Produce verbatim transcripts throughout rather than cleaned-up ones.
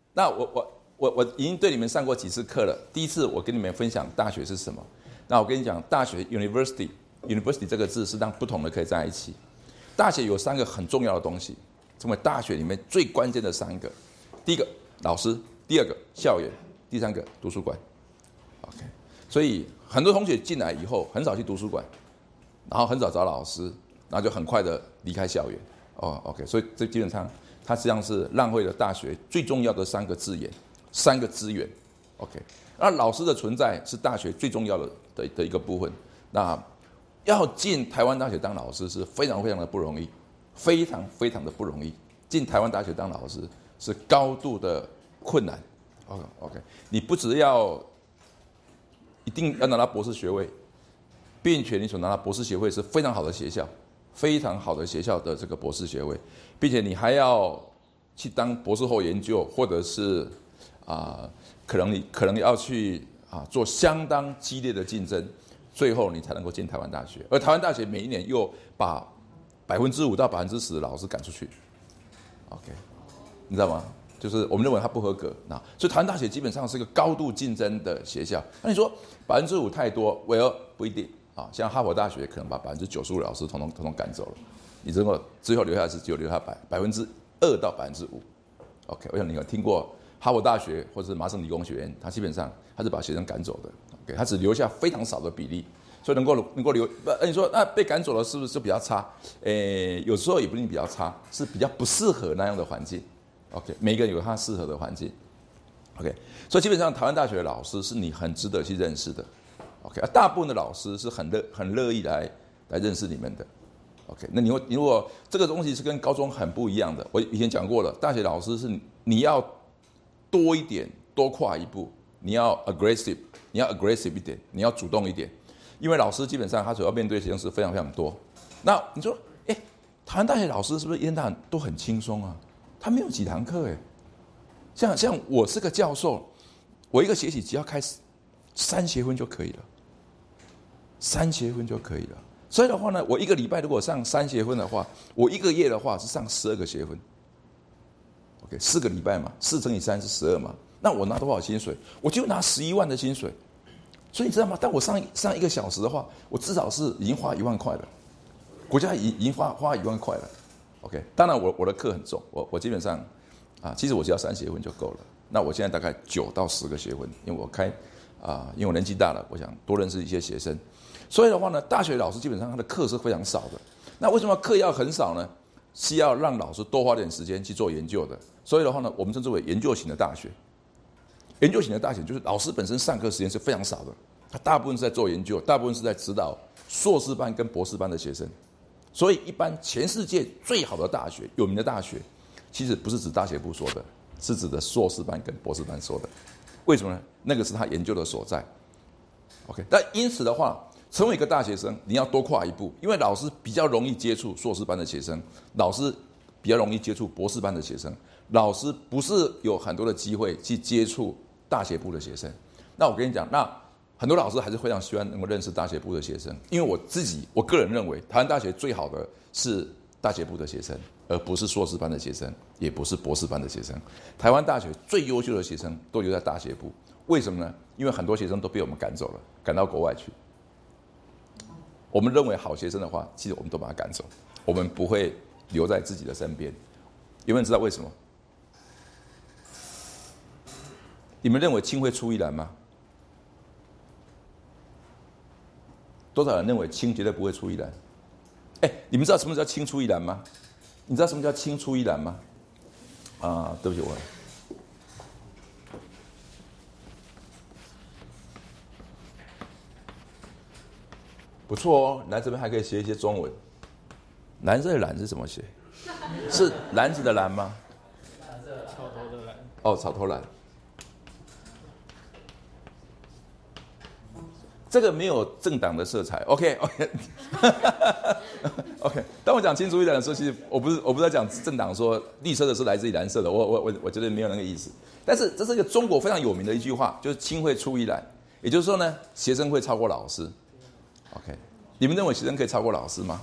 那我我我我已经对你们上过几次课了。第一次我跟你们分享大学是什么。那我跟你讲，大学 university university 这个字是让不同的可以在一起。大学有三个很重要的东西，成为大学里面最关键的三个。第一个老师，第二个校园，第三个图书馆。OK， 所以很多同学进来以后很少去图书馆，然后很少找老师，然后就很快的离开校园。哦 ，OK， 所以这基本上它实际上是浪费了大学最重要的三个字眼、三个资源。OK， 那老师的存在是大学最重要的的的一个部分。那要进台湾大学当老师是非常非常的不容易，非常非常的不容易。进台湾大学当老师是高度的困难。OK， OK， 你不只要一定要拿到博士学位，并且你所拿到博士学位是非常好的学校。非常好的学校的这个博士学位，并且你还要去当博士后研究，或者是啊、呃，可能你可能要去啊做相当激烈的竞争，最后你才能够进台湾大学。而台湾大学每一年又把百分之五到百分之十的老师赶出去 ，OK， 你知道吗？就是我们认为他不合格，那所以台湾大学基本上是一个高度竞争的学校。那你说百分之五太多 ，Well 不一定。啊，像哈佛大学可能把百分之九十五的老师统统统统赶走了，你如果最后留下是只有留下百百分之二到百分之五。OK， 我想你有听过哈佛大学或者是麻省理工学院，它基本上它是把学生赶走的。OK， 它只留下非常少的比例，所以能够能够留。不，你说那被赶走了是不是就比较差？诶，有时候也不一定比较差，是比较不适合那样的环境。OK， 每个人有他适合的环境。OK， 所以基本上台湾大学的老师是你很值得去认识的。OK， 大部分的老师是很乐很乐意来来认识你们的。OK， 那你你如果这个东西是跟高中很不一样的，我以前讲过了，大学老师是你要多一点，多跨一步，你要 aggressive， 你要 aggressive 一点，你要主动一点，因为老师基本上他所要面对的学生是非常非常多。那你说，哎，台湾大学老师是不是一天到晚都很轻松啊？他没有几堂课哎，像像我是个教授，我一个学期只要开始三学分就可以了。三学分就可以了，所以的话呢，我一个礼拜如果上三学分的话，我一个月的话是上十二个学分。OK， 四个礼拜嘛，四乘以三是十二嘛，那我拿多少薪水？我就拿十一万的薪水。所以你知道吗？但我上上一个小时的话，我至少是已经花一万块了，国家已已经花花一万块了。OK， 当然我我的课很重，我我基本上啊，其实我只要三学分就够了。那我现在大概九到十个学分，因为我开啊，因为我年纪大了，我想多认识一些学生。所以的话呢，大学老师基本上他的课是非常少的。那为什么课要很少呢？是要让老师多花点时间去做研究的。所以的话呢，我们称之为研究型的大学。研究型的大学就是老师本身上课时间是非常少的，他大部分是在做研究，大部分是在指导硕士班跟博士班的学生。所以一般全世界最好的大学、有名的大学，其实不是指大学部说的，是指的硕士班跟博士班说的。为什么呢？那个是他研究的所在。OK， 但因此的话，成为一个大学生，你要多跨一步，因为老师比较容易接触硕士班的学生，老师比较容易接触博士班的学生，老师不是有很多的机会去接触大学部的学生。那我跟你讲，那很多老师还是非常希望能够认识大学部的学生，因为我自己我个人认为，台湾大学最好的是大学部的学生，而不是硕士班的学生，也不是博士班的学生。台湾大学最优秀的学生都留在大学部，为什么呢？因为很多学生都被我们赶走了，赶到国外去。我们认为好学生的话，其实我们都把他赶走，我们不会留在自己的身边。有没有人知道为什么？你们认为氢会出一栏吗？多少人认为氢绝对不会出一栏？哎，你们知道什么叫氢出一栏吗？你知道什么叫氢出一栏吗？啊，对不起，我。不错哦，来这边还可以学一些中文。蓝色的蓝是怎么写？是篮子的篮吗？ 草头的篮。 哦，草头篮。这个没有政党的色彩。OK OK OK。当我讲清楚一点的时候，其实我不是我不是在讲政党说绿色的是来自于蓝色的，我我我我觉得没有那个意思。但是这是一个中国非常有名的一句话，就是氢会出一栏，也就是说呢，学生会超过老师。OK， 你们认为学生可以超过老师吗？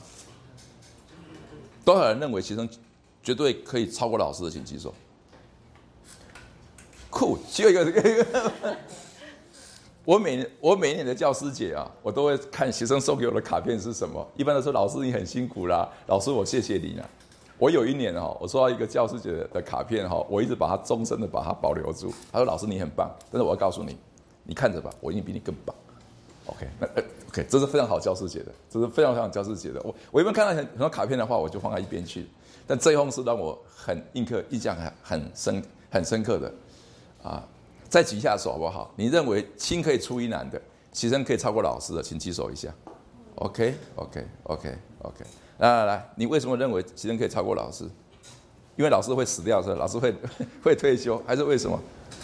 多少人认为学生绝对可以超过老师的，请举手。 酷，需要一个一个。我每年我每年的教师节啊，我都会看学生送给我的卡片是什么。一般都说老师你很辛苦啦，老师我谢谢你啦。我有一年哈，我收到一个教师节的卡片哈，我一直把它终身的把它保留住。他说老师你很棒，但是我要告诉你，你看着吧，我一定比你更棒。OK， 那 OK， 这是非常好教师节的，这是非常非常教师节的。我我一般看到很很多卡片的话，我就放在一边去。但这一封是让我很印刻、印象很很深、很深刻的啊。再举一下手好不好？你认为亲可以出一难的，学生可以超过老师的，请举手一下。OK OK OK OK， 来来来，你为什么认为学生可以超过老师？因为老师会死掉是吧？老师会会退休，还是为什么？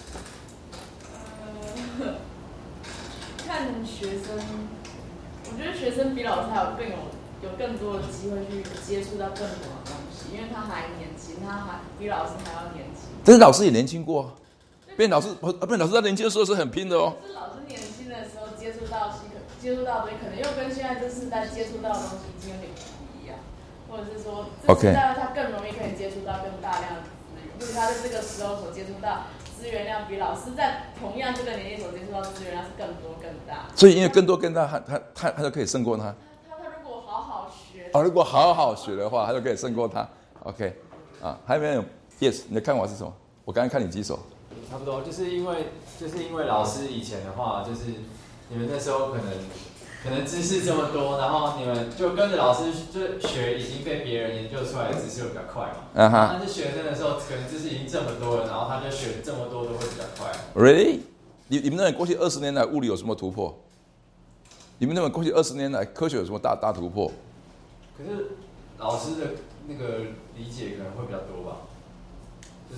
呃，看学生，我觉得学生比老师还有更有有更多的机会去接触到更多的东西，因为他还年轻，他还比老师还要年轻。 但是老师也年轻过。变老师，变老师在年轻的时候是很拼的哦。 是老师年轻的时候接触到接触到的，可能又跟现在这世代接触到的东西已经有点不一样，或者是说这世代他更容易可以接触到更大量的资源，或者他在这个时候所接触到资源量比老师在同样这个年纪所接触到资源量是更多更大。 所以因为更多更大，他他他他就可以胜过他。 他他如果好好学， 哦，如果好好学的话，他就可以胜过他。OK， 啊，还有没有 ？Yes， 你的看法是什么？我刚才看你举手。 差不多，就是因为就是因为老师以前的话，就是你们那时候可能可能知识这么多，然后你们就跟着老师就学已经被别人研究出来的知识会比较快嘛。嗯哼。但是学生的时候，可能知识已经这么多了，然后他就学这么多都会比较快。 Really？ 你你们认为过去二十年来物理有什么突破？你们认为过去二十年来科学有什么大大突破？ 可是老师的那个理解可能会比较多吧，就是。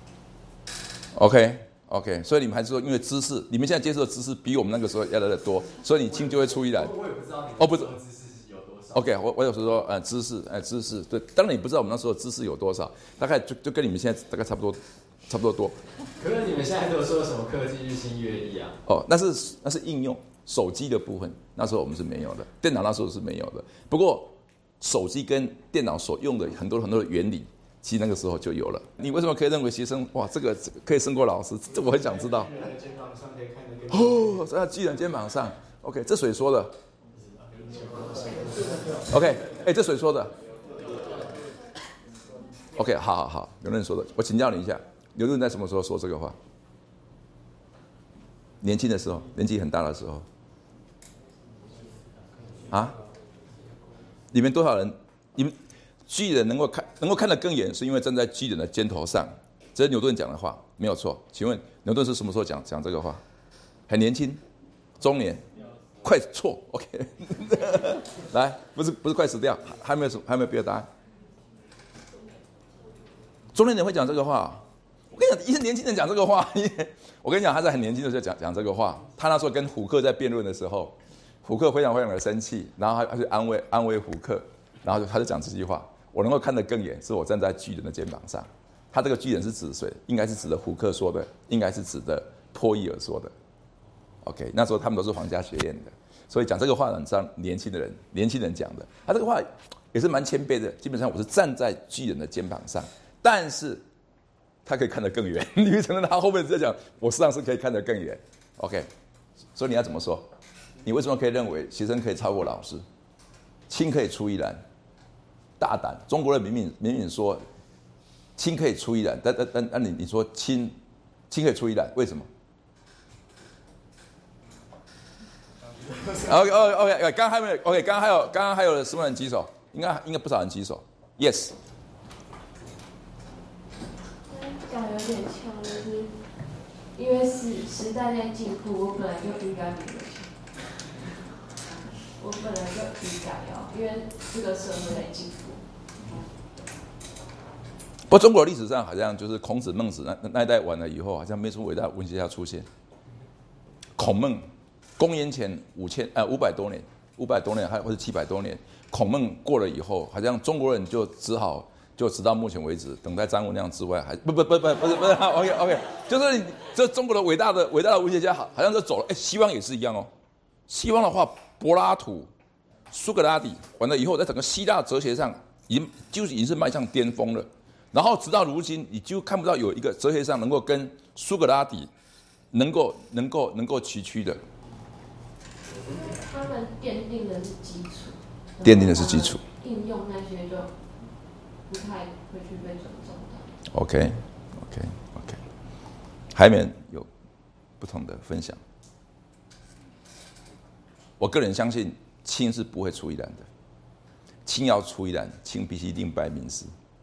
OK OK， 所以你们还是说，因为知识，你们现在接受的知识比我们那个时候要来的多，所以你亲就会出一栏。 我也不知道你哦，不是知识有多少。 OK， 我我有时候说，呃，知识，呃，知识，对，当然你不知道我们那时候知识有多少，大概就就跟你们现在大概差不多，差不多多。 可是你们现在都说什么科技日新月异啊？ 哦，那是那是应用手机的部分，那时候我们是没有的，电脑那时候是没有的。不过手机跟电脑所用的很多很多的原理。其实那个时候就有了。你为什么可以认为学生哇，这个可以胜过老师？这我很想知道。哦，在巨人肩膀上。OK， 这谁说的 ？OK， 哎、欸，这谁说的 ？OK， 好好好，有人说的。我请教你一下，刘润在什么时候说这个话？年轻的时候，年纪很大的时候。啊？里面多少人？你们？巨人能够看能够看得更远，是因为站在巨人的肩头上。这是牛顿讲的话，没有错。请问牛顿是什么时候讲讲这个话？很年轻，中年，快错 ？OK， 来，不是不是快死掉，还没有还没有别的答案。中年人会讲这个话，我跟你讲，一是年轻人讲这个话，我跟你讲，他在很年轻的时候讲讲这个话。他那时候跟胡克在辩论的时候，胡克非常非常的生气，然后他他去安慰安慰胡克，然后他就讲这句话。我能够看得更远，是我站在巨人的肩膀上。他这个巨人是指谁？应该是指的胡克说的，应该是指的波义尔说的。OK， 那时候他们都是皇家学院的，所以讲这个话很像年轻的人，年轻人讲的。他这个话也是蛮谦卑的，基本上我是站在巨人的肩膀上，但是他可以看得更远。你会承认他后面在讲，我实际上是可以看得更远。OK， 所以你要怎么说？你为什么可以认为学生可以超过老师？亲可以出一栏。大胆，中国人明明明明说亲可以出一栏，但但但但你你说亲亲可以出一栏，为什么 ？OK OK OK， 刚刚还没有 OK， 刚刚还有刚刚还有什么人举手？应该应该不少人举手。Yes。 讲有点像，就是因为时时代在进步，我本来就应该比得上。我本来就应该要，因为这个社会在进步。 不过中国历史上好像就是孔子、孟子那那一代完了以后，好像没什么伟大的文学家出现。孔孟，公元前五千呃五百多年，五百多年还或者七百多年，孔孟过了以后，好像中国人就只好就直到目前为止，等待张文亮之外，还不不不不不是不是 OK OK， 就是这中国的伟大的伟大的文学家好好像就走了。哎，西方也是一样哦。西方的话，柏拉图、苏格拉底完了以后，在整个希腊哲学上，已经就是已经是迈向巅峰了。 然后直到如今，你几乎看不到有一个哲学上能够跟苏格拉底能够能够能够齐驱的。 他们奠定的是基础， 奠定的是基础， 应用那些就不太会去被尊重到。 OK OK OK， 海绵有不同的分享。我个人相信清是不会出一栏的，清要出一栏，清必须另拜名师，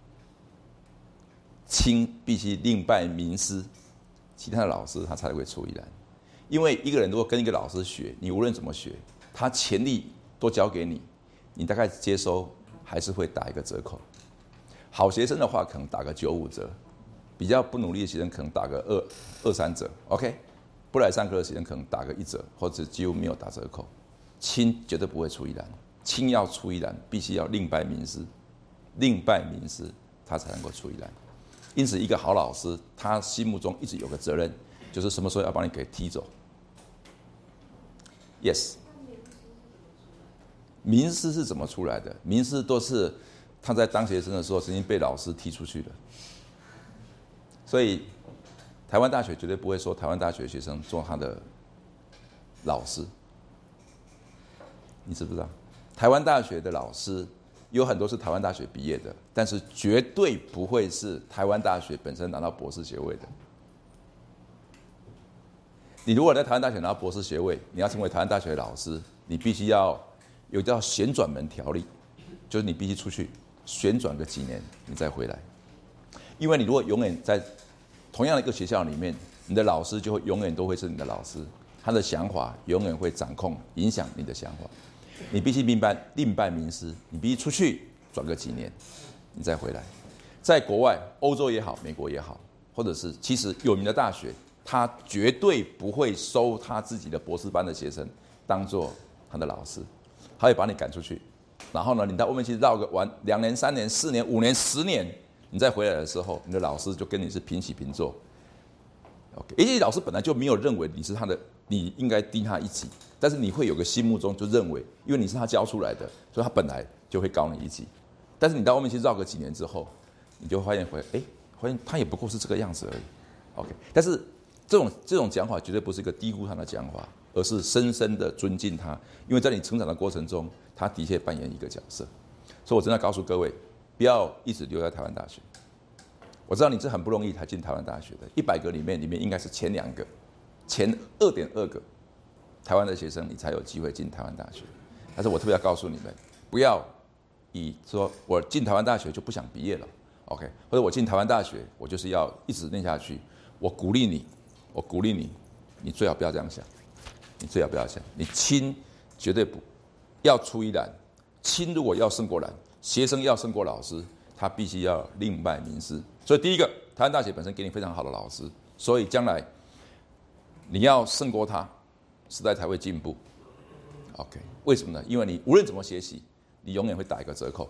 清必须另拜名师，其他的老师他才会出一栏。因为一个人如果跟一个老师学，你无论怎么学，他潜力都交给你，你大概接收还是会打一个折扣。好学生的话可能打个九五折，比较不努力的学生可能打个二二三折 ，OK， 不来上课的学生可能打个一折，或者几乎没有打折扣。清绝对不会出一栏，清要出一栏，必须要另拜名师，另拜名师，他才能够出一栏。因此，一个好老师，他心目中一直有个责任，就是什么时候要把你给踢走。Yes， 名师是怎么出来的？名师都是他在当学生的时候曾经被老师踢出去的。所以，台湾大学绝对不会说台湾大学学生做他的老师。你知不知道？台湾大学的老师有很多是台湾大学毕业的，但是绝对不会是台湾大学本身拿到博士学位的。你如果在台湾大学拿到博士学位，你要成为台湾大学的老师，你必须要有叫旋转门条例，就是你必须出去旋转个几年，你再回来。因为你如果永远在同样的一个学校里面，你的老师就会永远都会是你的老师，他的想法永远会掌控、影响你的想法。你必须明白另拜名师，你必须出去转个几年，你再回来。在国外，欧洲也好，美国也好，或者是其实有名的大学，他绝对不会收他自己的博士班的学生当做他的老师，他会把你赶出去。然后呢，你到外面去绕个完两年、三年、四年、五年、十年，你再回来的时候，你的老师就跟你是平起平坐。OK， 而且老师本来就没有认为你是他的，你应该低他一级。但是你会有个心目中就认为，因为你是他教出来的，所以他本来就会高你一级。但是你到外面去绕个几年之后，你就会发现回，哎，发现他也不过是这个样子而已。OK， 但是这种这种讲法绝对不是一个低估他的讲法，而是深深的尊敬他，因为在你成长的过程中，他的确扮演一个角色。所以我真的告诉各位，不要一直留在台湾大学。我知道你是很不容易才进台湾大学的，一百个里面里面应该是前两个，前二点二个。台湾的学生，你才有机会进台湾大学。但是我特别要告诉你们，不要以说我进台湾大学就不想毕业了 ，OK， 或者我进台湾大学，我就是要一直念下去。我鼓励你，我鼓励你，你最好不要这样想，你最好不要想，你清绝对不要出一栏，清如果要胜过栏，学生要胜过老师，他必须要另拜名师。所以第一个，台湾大学本身给你非常好的老师，所以将来你要胜过他。时代才会进步 ，OK？ 为什么呢？因为你无论怎么学习，你永远会打一个折扣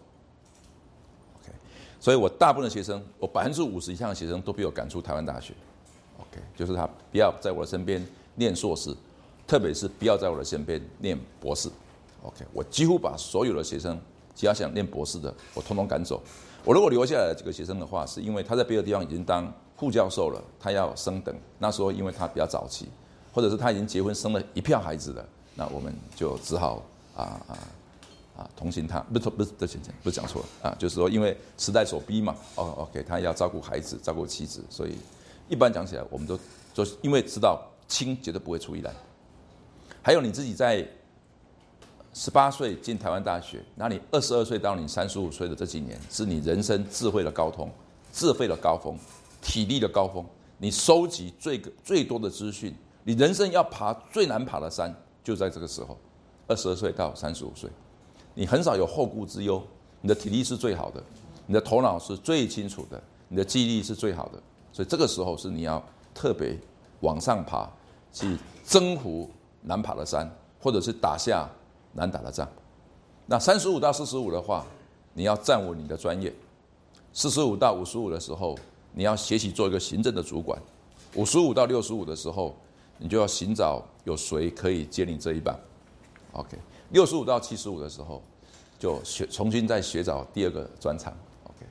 ，OK？ 所以我大部分的学生，我百分之五十以上的学生都被我赶出台湾大学 ，OK？ 就是他不要在我的身边念硕士，特别是不要在我的身边念博士 ，OK？ 我几乎把所有的学生，只要想念博士的，我统统赶走。我如果留下来的几个学生的话，是因为他在别的地方已经当副教授了，他要升等，那时候因为他比较早期。或者是他已经结婚生了一票孩子了，那我们就只好啊啊啊同情他，不是不是不是不是讲错了啊，就是说因为时代所逼嘛，哦 OK， 他要照顾孩子，照顾妻子，所以一般讲起来，我们都就因为知道清绝对不会出一栏。还有你自己在十八岁进台湾大学，那你二十二岁到你三十五岁的这几年，是你人生智慧的高峰、智慧的高峰、体力的高峰，你收集最最多的资讯。你人生要爬最难爬的山，就在这个时候，二十二岁到三十五岁，你很少有后顾之忧，你的体力是最好的，你的头脑是最清楚的，你的记忆力是最好的，所以这个时候是你要特别往上爬，去征服难爬的山，或者是打下难打的仗。那三十五到四十五的话，你要站稳你的专业；四十五到五十五的时候，你要学习做一个行政的主管；五十五到六十五的时候，你就要寻找有谁可以接你这一棒 ，OK？ 六十五到七十五的时候，就学重新再学找第二个专长 ，OK？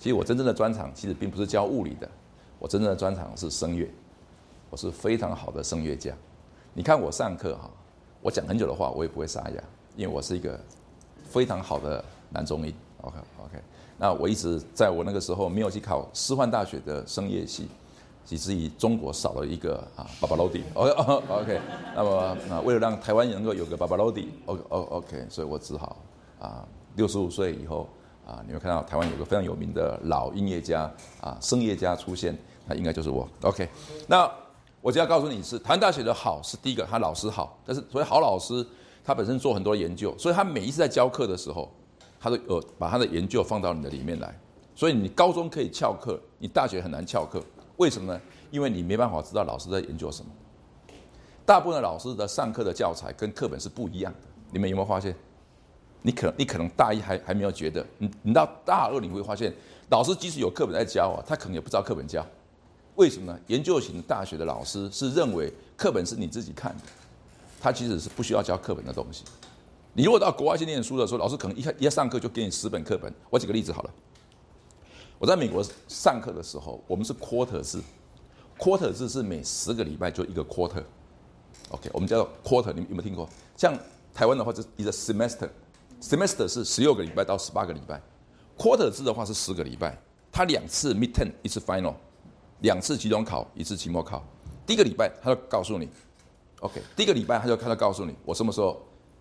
其实我真正的专长其实并不是教物理的，我真正的专长是声乐，我是非常好的声乐家。你看我上课哈，我讲很久的话我也不会沙哑，因为我是一个非常好的男中音。OK OK， 那我一直在我那个时候没有去考师范大学的声乐系，以至于中国少了一个啊巴巴罗蒂。OK OK， 那么那为了让台湾能够有个巴巴罗蒂 ，OK OK， 所以我只好啊六十五岁以后啊，你会看到台湾有个非常有名的老音乐家啊声乐家出现，那应该就是我。OK， 那我就要告诉你是台湾大学的好是第一个，他老师好，但是所谓好老师，他本身做很多研究，所以他每一次在教课的时候，他都有把他的研究放到你的里面来。所以你高中可以翘课，你大学很难翘课，为什么呢？因为你没办法知道老师在研究什么。大部分的老师的上课的教材跟课本是不一样的，你们有没有发现？你可能你可能大一还还没有觉得，你你到大二你会发现，老师即使有课本在教啊，他可能也不知道课本教。为什么呢？研究型大学的老师是认为课本是你自己看的，他其实是不需要教课本的东西。你如果到国外去念书的时候，老师可能一一上课就给你十本课本。我举个例子好了，我在美国上课的时候，我们是 quarter 制 ，quarter 制是每十个礼拜就一个 quarter。OK， 我们叫做 quarter， 你们有没有听过？像台湾的话，就是一个 semester，semester 是十六个礼拜到十八个礼拜 ，quarter 制的话是十个礼拜，它两次 midterm 一次 final。两次期中考，一次期末考。第一个礼拜他就告诉你 ，OK， 第一个礼拜他就他就告诉你，我什么时候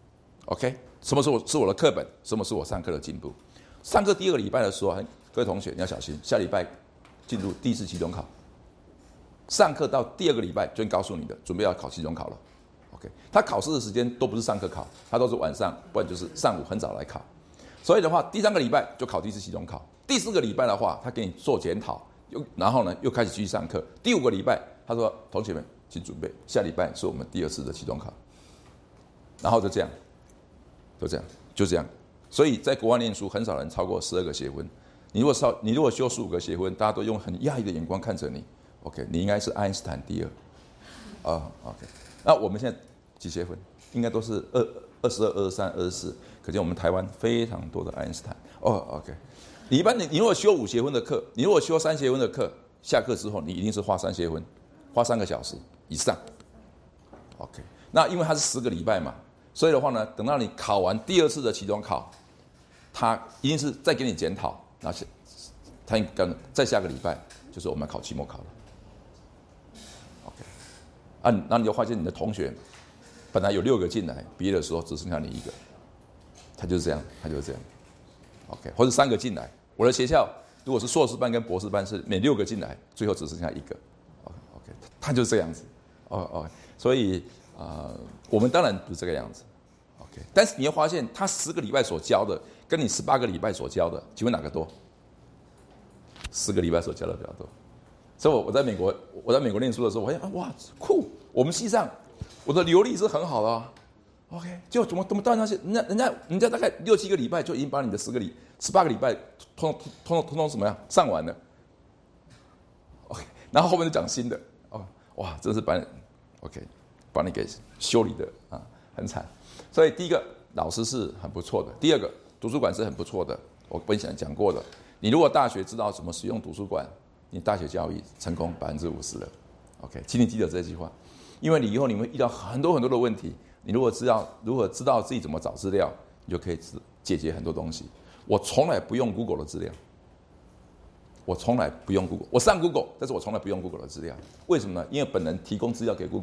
，OK， 什么时候是我的课本，什么是我上课的进步。上课第二个礼拜的时候，各位同学你要小心，下礼拜进入第一次期中考。上课到第二个礼拜就告诉你的，准备要考期中考了 ，OK， 他考试的时间都不是上课考，他都是晚上，不然就是上午很早来考。所以的话，第三个礼拜就考第一次期中考，第四个礼拜的话，他给你做检讨。又然后呢，又开始继续上课。第五个礼拜，他说：“同学们，请准备，下礼拜是我们第二次的期中考。”然后就这样，就这样，就这样。所以在国外念书，很少人超过十二个学分。你如果超，你如果修十五个学分，大家都用很讶异的眼光看着你。OK， 你应该是爱因斯坦第二。啊、oh, ，OK。那我们现在几学分？应该都是二二十二、二十三、二十四。可见我们台湾非常多的爱因斯坦。哦、oh, ，OK。你一般你你如果修五学分的课，你如果修三学分的课，下课之后你一定是花三学分，花三个小时以上。OK， 那因为它是十个礼拜嘛，所以的话呢，等到你考完第二次的期中考，他一定是再给你检讨，然后他跟再下个礼拜就是我们考期末考了。OK， 啊，那你就发现你的同学本来有六个进来，毕业的时候只剩下你一个，他就是这样，他就是这样。OK， 或者三个进来，我的学校如果是硕士班跟博士班是每六个进来，最后只剩下一个。OK， 他就是这样子。哦哦，所以啊、呃，我们当然不是这个样子。OK， 但是你会发现，他十个礼拜所教的，跟你十八个礼拜所教的，请问哪个多？十个礼拜所教的比较多。所以我我在美国，我在美国念书的时候，我发现啊，哇，酷！我们系上我的流利是很好的啊。OK， 就怎么怎么断那些，人家人家人家大概六七个礼拜就已经把你的十个礼十八个礼拜通通通通通什么样上完了。OK， 然后后面就讲新的，哦，哇，真是把你 OK 把你给修理的啊，很惨。所以第一个老师是很不错的，第二个图书馆是很不错的。我本想讲过的，你如果大学知道怎么使用图书馆，你大学教育成功百分之五十了。OK， 请你记得这句话，因为你以后你会遇到很多很多的问题。你如果知道如何知道自己怎么找资料，你就可以解决很多东西。我从来不用 Google 的资料，我从来不用 Google， 我上 Google， 但是我从来不用 Google 的资料。为什么呢？因为本人提供资料给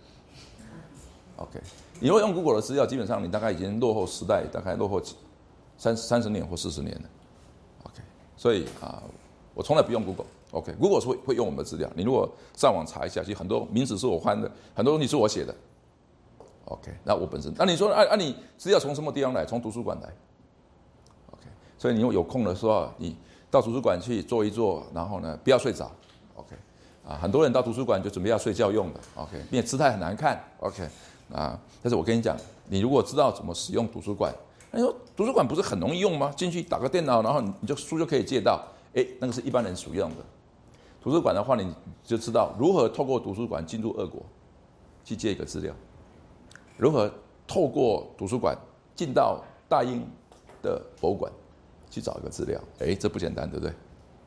Google。OK， 你如果用 Google 的资料，基本上你大概已经落后时代，大概落后三三十年或四十年了。OK， 所以啊、呃，我从来不用 Google。OK，Google、okay, 是会会用我们的资料。你如果上网查一下，其实很多名词是我翻的，很多东西是我写的。OK， 那我本身，那、啊、你说，啊啊，你资料从什么地方来？从图书馆来。OK， 所以你有空的时候，你到图书馆去坐一坐，然后呢，不要睡着。OK， 啊，很多人到图书馆就准备要睡觉用的。OK， 因为姿态很难看。OK， 啊，但是我跟你讲，你如果知道怎么使用图书馆，那你说图书馆不是很容易用吗？进去打个电脑，然后你就书就可以借到。哎，那个是一般人使用的。图书馆的话，你就知道如何透过图书馆进入俄国，去借一个资料。如何透过图书馆进到大英的博物馆去找一个资料？哎，这不简单，对不对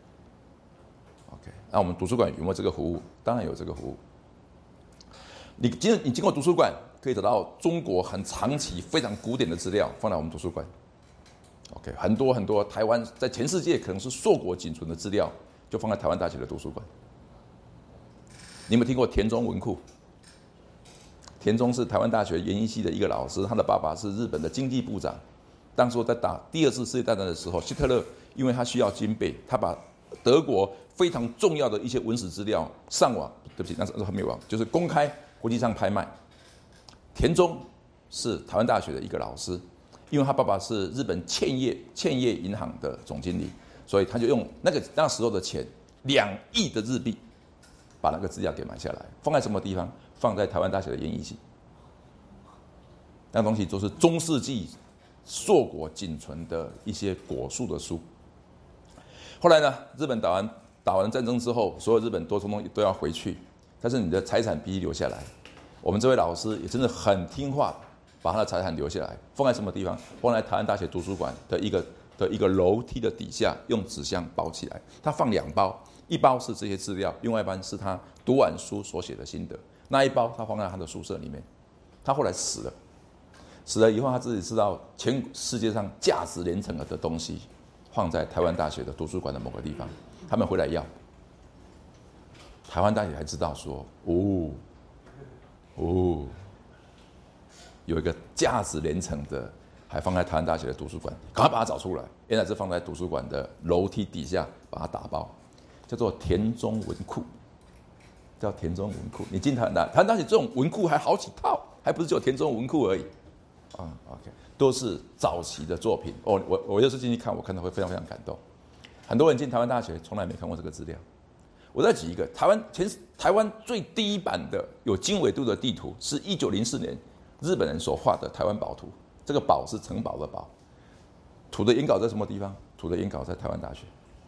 那我们图书馆有没有这个服务？当然有这个服务。你经你经过图书馆，可以得到中国很长期、非常古典的资料，放在我们图书馆。OK， 很多很多台湾在全世界可能是硕果仅存的资料，就放在台湾大学的图书馆。你有没有听过田中文库？田中是台湾大学研一系的一个老师，他的爸爸是日本的经济部长。当初在打第二次世界大战的时候，希特勒因为他需要军备，他把德国非常重要的一些文史资料上网，对不起，那时候还没有网，就是公开国际上拍卖。田中是台湾大学的一个老师，因为他爸爸是日本茜叶茜叶银行的总经理，所以他就用那个那时候的钱两亿的日币，把那个资料给买下来，放在什么地方？放在台湾大学的研一系。那东西都是中世纪硕果仅存的一些果树的书。后来呢，日本打完打完战争之后，所有日本多通通都要回去，但是你的财产必须留下来。我们这位老师也真的很听话，把他的财产留下来，放在什么地方？放在台湾大学图书馆的一个的一个楼梯的底下，用纸箱包起来。他放两包，一包是这些资料，另外一包是他读完书所写的心得。那一包他放在他的宿舍里面。他后来死了，死了以后他自己知道全世界上价值连城的东西放在台湾大学的图书馆的某个地方，他们回来要。台湾大学还知道说，哦哦，有一个价值连城的，还放在台湾大学的图书馆，赶快把它找出来。原来是放在图书馆的楼梯底下，把它打包，叫做田中文库。叫田中文库，你进台湾大台湾大学这种文库还好几套，还不是只有田中文库而已，啊 ，OK， 都是早期的作品。哦，我我有时进去看，我看到会非常非常感动。很多人进台湾大学从来没看过这个资料。我再举一个，台湾全台湾最第一版的有经纬度的地图，是一九零四年日本人所画的台湾堡图。这个堡是城堡的堡，土的原稿在什么地方？土的原稿在台湾大学。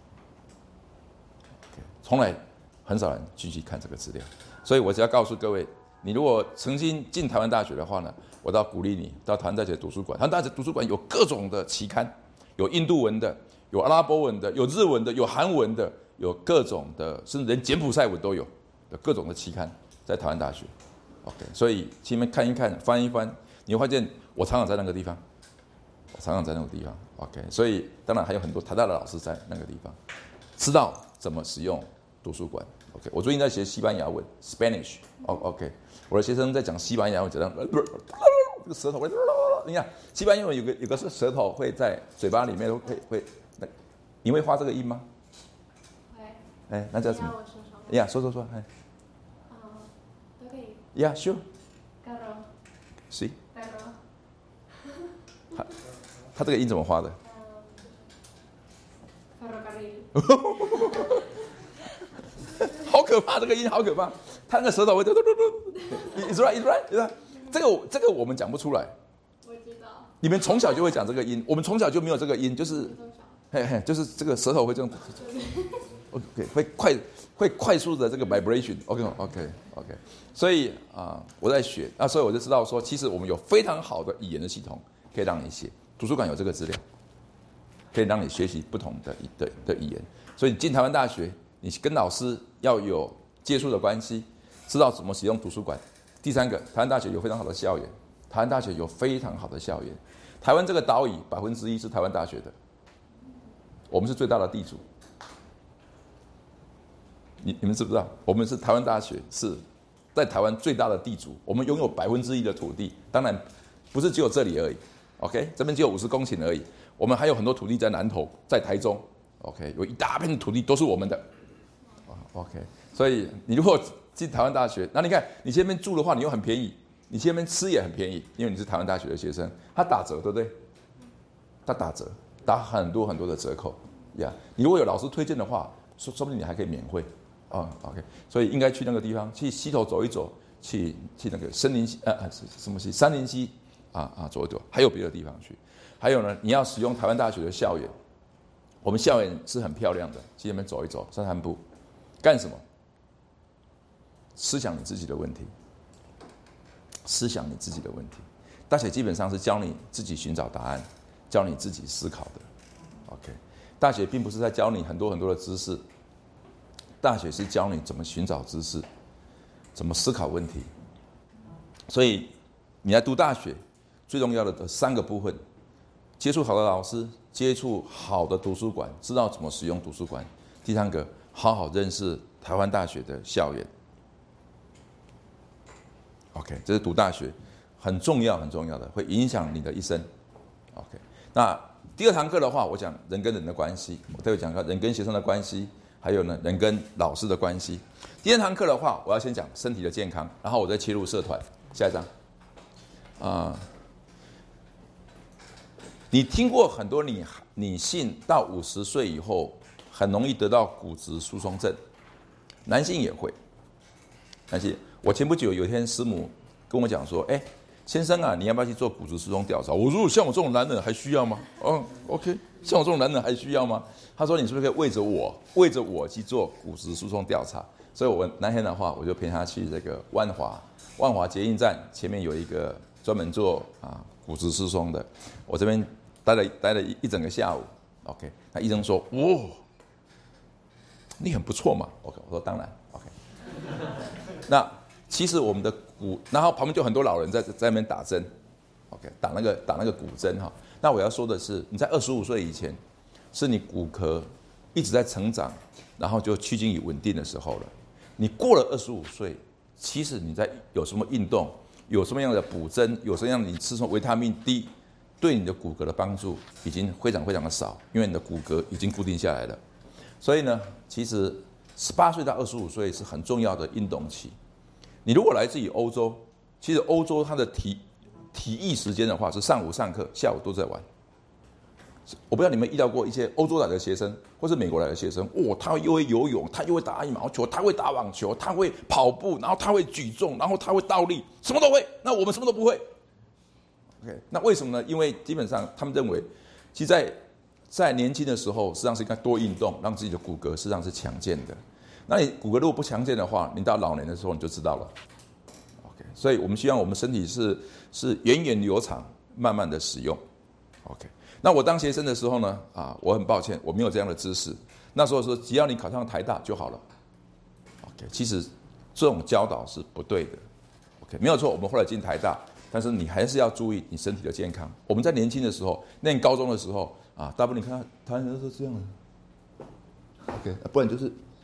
从来很少人继续看这个资料，所以我只要告诉各位，你如果曾经进台湾大学的话呢，我都要鼓励你到台湾大学图书馆。台湾大学图书馆有各种的期刊，有印度文的，有阿拉伯文的，有日文的，有韩文的，有各种的，甚至连柬埔寨文都有，有各种的期刊在台湾大学。OK， 所以请你们看一看，翻一翻，你会发现我常常在那个地方，我常常在那个地方。OK， 所以当然还有很多台大的老师在那个地方，知道怎么使用图书馆。OK， 我最近在学西班牙文 ，Spanish。哦 ，OK， 我的学生在讲西班牙文，讲到这个舌头会，你看西班牙文有个有个是舌头会在嘴巴里面会会，你会发这个音吗？ 会。 哎，那叫什么？呀，说说说，哎。 啊，都可以。 Yeah, sure. Claro. Sí. Claro. 他他这个音怎么发的？ Ferrocarril. 好可怕，这个音好可怕。他那个舌头会嘟嘟嘟嘟 ，is right, is right, is right。这个这个我们讲不出来。 我知道。 你们从小就会讲这个音，我们从小就没有这个音，就是嘿嘿，就是这个舌头会这样 ，OK， 会快会快速的这个 vibration，OK OK OK。所以啊、呃，我在学啊，所以我就知道说，其实我们有非常好的语言的系统可以让你写。图书馆有这个资料，可以让你学习不同的的的语言。所以你进台湾大学，你跟老师要有接触的关系，知道怎么使用图书馆。第三个，台湾大学有非常好的校园，台湾大学有非常好的校园。台湾这个岛屿百分之一是台湾大学的，我们是最大的地主。你你们知不知道？我们是台湾大学是在台湾最大的地主，我们拥有百分之一的土地，当然不是只有这里而已。OK， 这边只有五十公顷而已，我们还有很多土地在南投，在台中。OK， 有一大片的土地都是我们的。OK， 所以你如果进台湾大学，那你看你去那边住的话，你又很便宜，你去那边吃也很便宜，因为你是台湾大学的学生，他打折，对不对？他打折，打很多很多的折扣呀。Yeah， 你如果有老师推荐的话，说说不定你还可以免费啊。Oh, OK， 所以应该去那个地方，去溪头走一走，去去那个森林溪，呃，什么溪？杉林溪啊啊，走一走，还有别的地方去。还有呢，你要使用台湾大学的校园，我们校园是很漂亮的，去那边走一走，散散步，干什么？思想你自己的问题，思想你自己的问题。大学基本上是教你自己寻找答案，教你自己思考的。OK， 大学并不是在教你很多很多的知识， 大学是教你怎么寻找知识，怎么思考问题。所以你来读大学最重要的三个部分：接触好的老师，接触好的图书馆，知道怎么使用图书馆。第三个，好好认识台湾大学的校园。OK， 这是读大学很重要很重要的，会影响你的一生。OK， 那第二堂课的话，我讲人跟人的关系，我特别讲到人跟学生的关系，还有呢人跟老师的关系。第二堂课的话，我要先讲身体的健康，然后我再切入社团。下一章，啊、呃，你听过很多女女性到五十岁以后很容易得到骨质疏松症，男性也会。男性，我前不久有一天师母跟我讲说，哎。先生啊，你要不要去做骨质疏松调查？我说像我这种男人还需要吗？哦 ，OK， 像我这种男人还需要吗？他说你是不是可以为着我，为着我去做骨质疏松调查？所以我那天的话，我就陪他去这个万华，万华捷运站前面有一个专门做啊骨质疏松的，我这边待了待了一一整个下午。OK， 那医生说，哦，你很不错嘛。OK， 我说当然。OK， 那其实我们的骨，然后旁边就很多老人在在那边打针 ，OK， 打那个打那个骨针哈。那我要说的是，你在二十五岁以前，是你骨骼一直在成长，然后就趋近于稳定的时候了。你过了二十五岁，其实你在有什么运动，有什么样的补针，有什么样的你吃什么维他命 D， 对你的骨骼的帮助已经非常非常的少，因为你的骨骼已经固定下来了。所以呢，其实十八岁到二十五岁是很重要的运动期。你如果来自于欧洲，其实欧洲它的体体育时间的话是上午上课，下午都在玩。我不知道你们遇到过一些欧洲来的学生，或是美国来的学生，哦，他又会游泳，他又会打羽毛球，他会打网球，他会跑步，然后他会举重，然后他会倒立，什么都会。那我们什么都不会。OK， 那为什么呢？因为基本上他们认为，其实在在年轻的时候，实际上是应该多运动，让自己的骨骼实际上是强健的。那你骨骼如果不强健的话，你到老年的时候你就知道了。OK， 所以我们希望我们身体是是源远流长，慢慢的使用。OK， 那我当学生的时候呢，啊，我很抱歉，我没有这样的知识。那时候说，只要你考上台大就好了。OK， 其实这种教导是不对的。OK， 没有错，我们后来进台大，但是你还是要注意你身体的健康。我们在年轻的时候，念高中的时候啊，大部分你看台湾人都是这样的。OK， 不然就是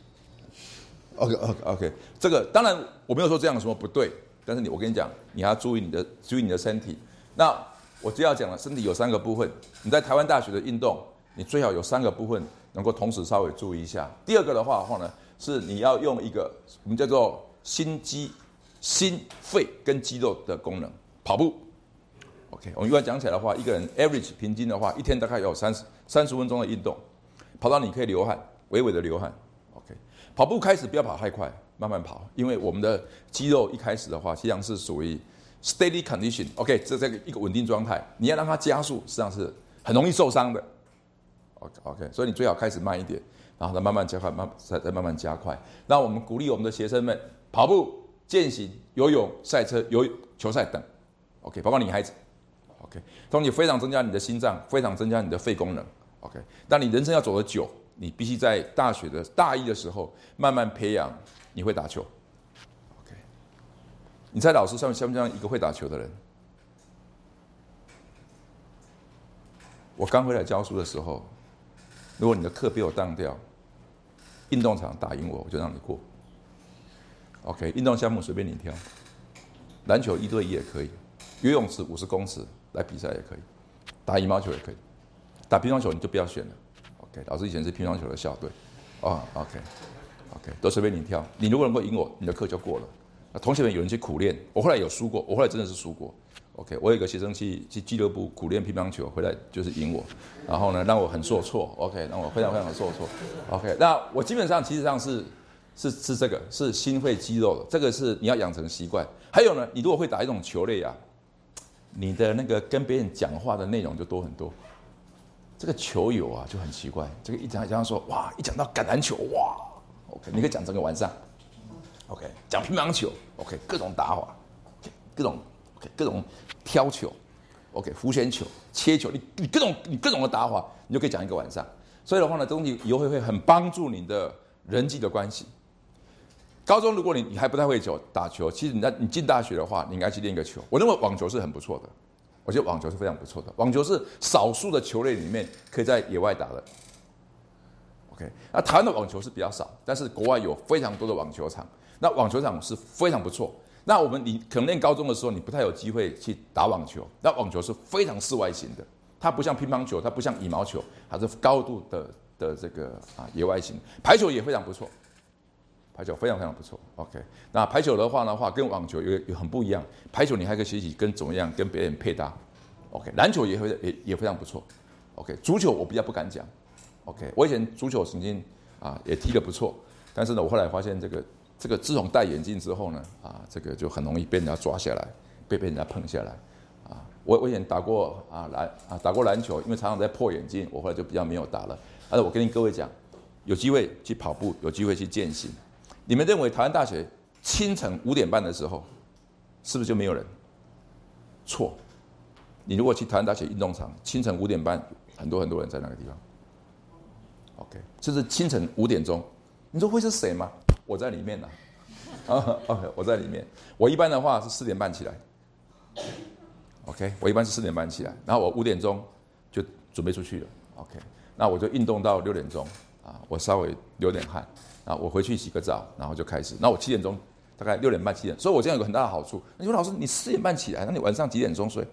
。OK OK OK， 这个当然我没有说这样什么不对，但是你我跟你讲，你还要注意你的注意你的身体。那我就要讲了，身体有三个部分。你在台湾大学的运动，你最好有三个部分能够同时稍微注意一下。第二个的话的话呢，是你要用一个我们叫做心肌、心肺跟肌肉的功能。跑步 ，OK， 我们一般讲起来的话，一个人 average 平均的话，一天大概有三十三十分钟的运动，跑到你可以流汗，微微的流汗。OK， 跑步开始不要跑太快，慢慢跑，因为我们的肌肉一开始的话，实际上是属于 steady condition。OK， 这这个一个稳定状态，你要让它加速，实际上是很容易受伤的。OK OK， 所以你最好开始慢一点，然后再慢慢加快，慢再再慢慢加快。那我们鼓励我们的学生们跑步、健行、游泳、赛车、游球赛等。OK， 包括女孩子。OK， 同时非常增加你的心脏，非常增加你的肺功能。OK， 但你人生要走得久。你必须在大学的大一的时候慢慢培养，你会打球。OK， 你猜老师像像不像一个会打球的人？我刚回来教书的时候，如果你的课被我当掉，运动场打赢我，我就让你过。OK， 运动项目随便你挑，篮球一对一也可以，游泳池五十公尺来比赛也可以，打羽毛球也可以，打乒乓球你就不要选了。OK， 老师以前是乒乓球的校队，哦 ，OK，OK， okay, 都随便你挑。你如果能够赢我，你的课就过了。那同学们有人去苦练，我后来有输过，我后来真的是输过。OK， 我有一个学生去去俱乐部苦练乒乓球，回来就是赢我，然后呢让我很受挫。OK， 让我非常非常的受挫。OK， 那我基本上其实上是是是这个是心肺肌肉的，这个是你要养成习惯。还有呢，你如果会打一种球类啊，你的那个跟别人讲话的内容就多很多。这个球友啊就很奇怪，这个一讲讲说哇，一讲到橄榄球哇 ，OK， 你可以讲整个晚上 ，OK， 讲乒乓球 ，OK， 各种打法， okay, 各种 OK， 各种挑球 ，OK， 弧线球、切球，你你各种你各种的打法，你就可以讲一个晚上。所以的话呢，这东西以后会会很帮助你的人际的关系。高中如果你你还不太会球打球，其实你在你进大学的话，你应该去练个球。我认为网球是很不错的，我觉得网球是非常不错的。网球是少数的球类里面可以在野外打的。OK， 那台湾的网球是比较少，但是国外有非常多的网球场，那网球场是非常不错。那我们你可能练高中的时候，你不太有机会去打网球，那网球是非常室外型的，它不像乒乓球，它不像羽毛球，它是高度的的这个啊野外型。排球也非常不错。排球非常非常不错 ，OK。那排球的话的话，跟网球有有很不一样。排球你还可以学习跟怎么样跟别人配搭 ，OK。篮球也会也也非常不错 ，OK。足球我比较不敢讲 ，OK。我以前足球曾经啊也踢得不错，但是呢，我后来发现这个这个自从戴眼镜之后呢，啊这个就很容易被人家抓下来，被被人家碰下来，啊。我我以前打过啊篮啊打过篮球，因为常常在破眼镜，我后来就比较没有打了。但是我跟各位讲，有机会去跑步，有机会去健行。你们认为台湾大学清晨五点半的时候，是不是就没有人？错。你如果去台湾大学运动场，清晨五点半，很多很多人在那个地方。OK， 就是清晨五点钟，你说会是谁吗？我在里面呢、啊。啊 ，OK， 我在里面。我一般的话是四点半起来。OK， 我一般是四点半起来，然后我五点钟就准备出去了。OK， 那我就运动到六点钟啊，我稍微流点汗。啊，我回去洗个澡，然后就开始。那我七点钟，大概六点半七点，所以我这样有个很大的好处。你说老师，你四点半起来，那你晚上几点钟睡？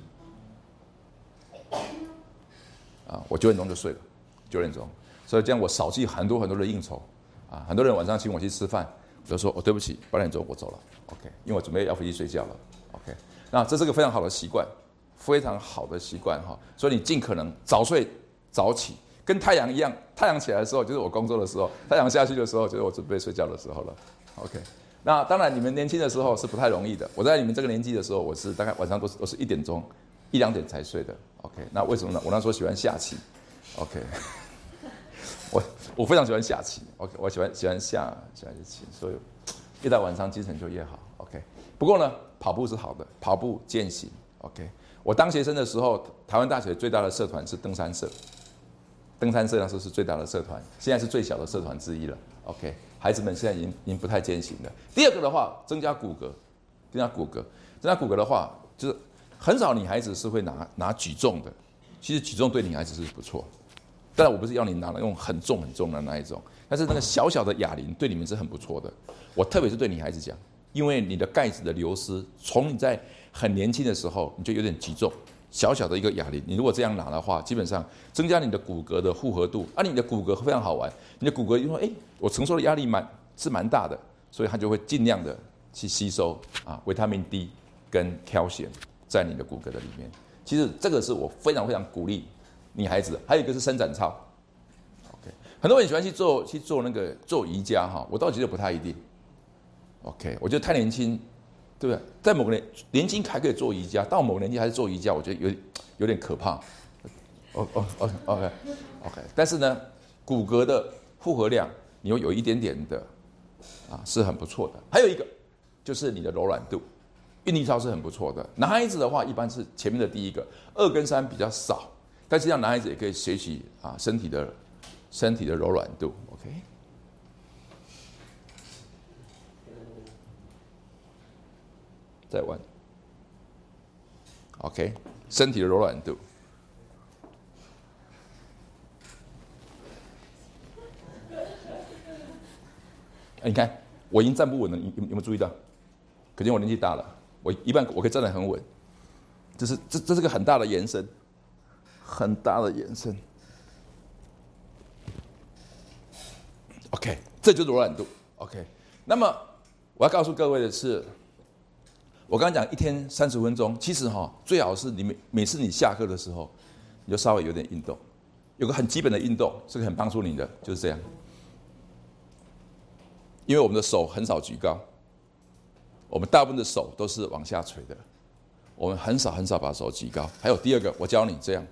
啊，我九点钟就睡了，九点钟。所以这样我少去很多很多的应酬。啊，很多人晚上请我去吃饭，我就说哦对不起，八点钟我走了 ，OK， 因为我准备要回去睡觉了 ，OK。那这是个非常好的习惯，非常好的习惯哈。所以你尽可能早睡早起。跟太阳一样，太阳起来的时候就是我工作的时候，太阳下去的时候就是我准备睡觉的时候了。OK， 那当然你们年轻的时候是不太容易的。我在你们这个年纪的时候，我是大概晚上都是都是一点钟、一两点才睡的。OK， 那为什么呢？我那时候喜欢下棋。OK， 我我非常喜欢下棋。OK， 我喜欢喜欢下下棋，所以越到晚上精神就越好。OK， 不过呢，跑步是好的，跑步健行。OK， 我当学生的时候，台湾大学最大的社团是登山社。登山社那时候是最大的社团，现在是最小的社团之一了。OK， 孩子们现在已经已经不太践行了。第二个的话，增加骨骼，增加骨骼，增加骨骼的话，就是很少女孩子是会拿拿举重的。其实举重对女孩子是不错，当然我不是要你拿那种很重很重的那一种，但是那个小小的哑铃对你们是很不错的。我特别是对女孩子讲，因为你的钙质的流失，从你在很年轻的时候你就有点举重。小小的一个哑铃，你如果这样拿的话，基本上增加你的骨骼的复合度。啊，你的骨骼非常好玩，你的骨骼因为哎，我承受的压力蛮是蛮大的，所以它就会尽量的去吸收啊维他命 D 跟 calcium 在你的骨骼的里面。其实这个是我非常非常鼓励女孩子的。还有一个是伸展操 ，OK， 很多人喜欢去做去做那个做瑜伽哈，我倒觉得不太一定。OK， 我觉得太年轻。对不对？在某个年年轻还可以做瑜伽，到某个年纪还是做瑜伽，我觉得有有点可怕。哦哦哦 ，OK OK， 但是呢，骨骼的复合量你又有一点点的啊，是很不错的。还有一个就是你的柔软度，韵律操是很不错的。男孩子的话，一般是前面的第一个，二跟三比较少，但是让男孩子也可以学习啊身体的身体的柔软度。OK。再弯 ，OK， 身体的柔软度。你看，我已经站不稳了，你有没有注意到？可见我年纪大了，我一般我可以站得很稳。这是这这是个很大的延伸，很大的延伸。OK， 这就是柔软度。OK， 那么我要告诉各位的是。我刚刚讲一天三十分钟，其实哈最好是你每每次你下课的时候，你就稍微有点运动，有个很基本的运动是很帮助你的，就是这样。因为我们的手很少举高，我们大部分的手都是往下垂的，我们很少很少把手举高。还有第二个，我教你这样，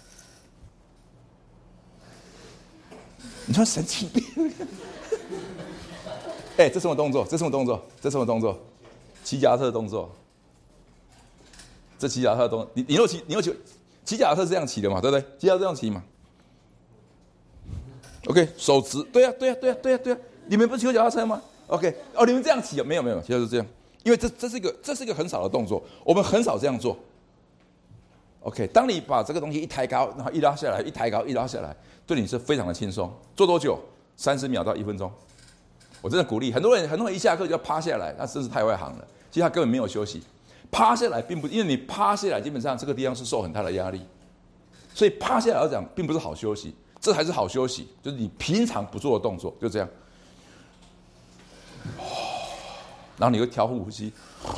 你说神经病？哎，这什么动作？这什么动作？这什么动作？骑脚踏车的动作，这骑脚踏车的动作，你你有骑，你有骑，骑脚踏车是这样骑的嘛，对不对？骑脚踏车这样骑嘛。 OK， 手直，对呀、啊，对呀、啊，对呀、啊，对呀、啊，对呀、啊。你们不是骑脚踏车吗 ？OK， 哦，你们这样骑啊？没有没有，就是这样。因为这这是一个这是一个很少的动作，我们很少这样做。OK， 当你把这个东西一抬高，然后一拉下来，一抬高一拉下来，对你是非常的轻松。做多久？三十秒到一分钟。我真的鼓励很多人，很多人一下课就要趴下来，那真是太外行了。其实他根本没有休息。趴下来并不，因为你趴下来，基本上这个地方是受很大的压力，所以趴下来来讲，并不是好休息，这才是好休息，就是你平常不做的动作，就这样。然后你会调呼吸，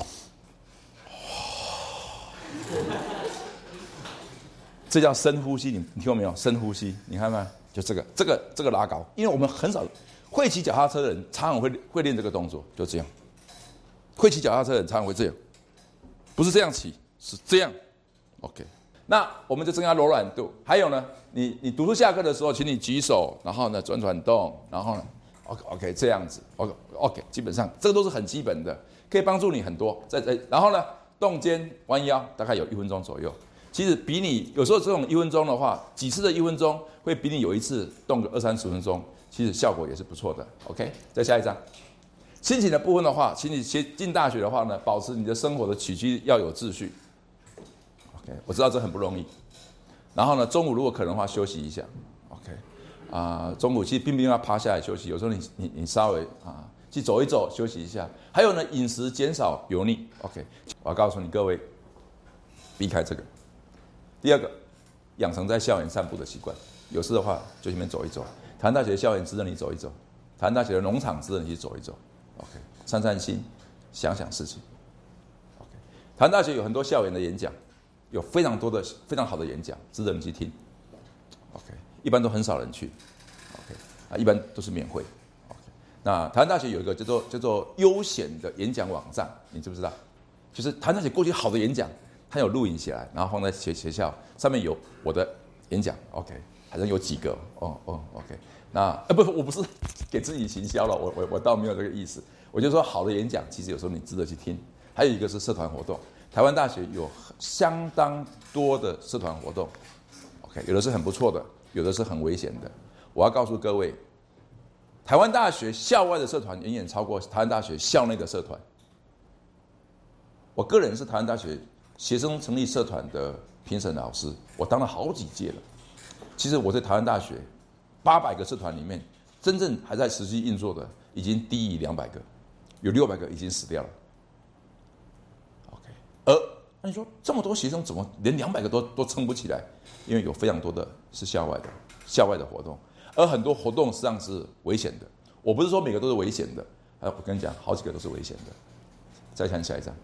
这叫深呼吸，你你听过没有？深呼吸，你看吗？就这个，这个，这个拉高，因为我们很少会骑脚踏车的人，常常会会练这个动作，就这样。会骑脚踏车的人常常会这样。不是这样骑，是这样 ，OK。那我们就增加柔软度。还有呢，你你读书下课的时候，请你举手，然后呢转转动，然后呢 ，OK OK 这样子 ，OK OK， 基本上这个都是很基本的，可以帮助你很多。在在然后呢，动肩弯腰，大概有一分钟左右。其实比你有时候这种一分钟的话，几次的一分钟会比你有一次动个二三十分钟，其实效果也是不错的。OK， 再下一张。心情的部分的话，请你进大学的话呢，保持你的生活的起居要有秩序。OK， 我知道这很不容易。然后呢，中午如果可能的话，休息一下。OK， 啊、呃，中午其实并不一定要趴下来休息，有时候你你你稍微啊去走一走，休息一下。还有呢，饮食减少油腻。OK， 我要告诉你各位，避开这个。第二个，养成在校园散步的习惯。有事的话，就去那边走一走。台湾大学校园值得你走一走，台湾大学的农场值得你去走一走。OK， 散散心，想想事情。OK， 台湾大学有很多校园的演讲，有非常多的非常好的演讲，值得你去听。OK， 一般都很少人去。OK， 啊，一般都是免费。OK， 那台湾大学有一个叫做叫做优选的演讲网站，你知不知道？就是台湾大学过去好的演讲，它有录影起来，然后放在学学校上面有我的演讲。OK， 好像有几个哦哦 OK。那呃不，我不是给自己行销了，我我我倒没有这个意思。我就说好的演讲，其实有时候你值得去听。还有一个是社团活动，台湾大学有相当多的社团活动 ，OK， 有的是很不错的，有的是很危险的。我要告诉各位，台湾大学校外的社团远远超过台湾大学校内的社团。我个人是台湾大学学生成立社团的评审老师，我当了好几届了。其实我在台湾大学八百个社团里面，真正还在实际运作的已经低于两百个，有六百个已经死掉了。OK， 而那你说这么多学生怎么连两百个都都撑不起来？因为有非常多的是校外的校外的活动，而很多活动实际上是危险的。我不是说每个都是危险的，我跟你讲，好几个都是危险的。再看下一张，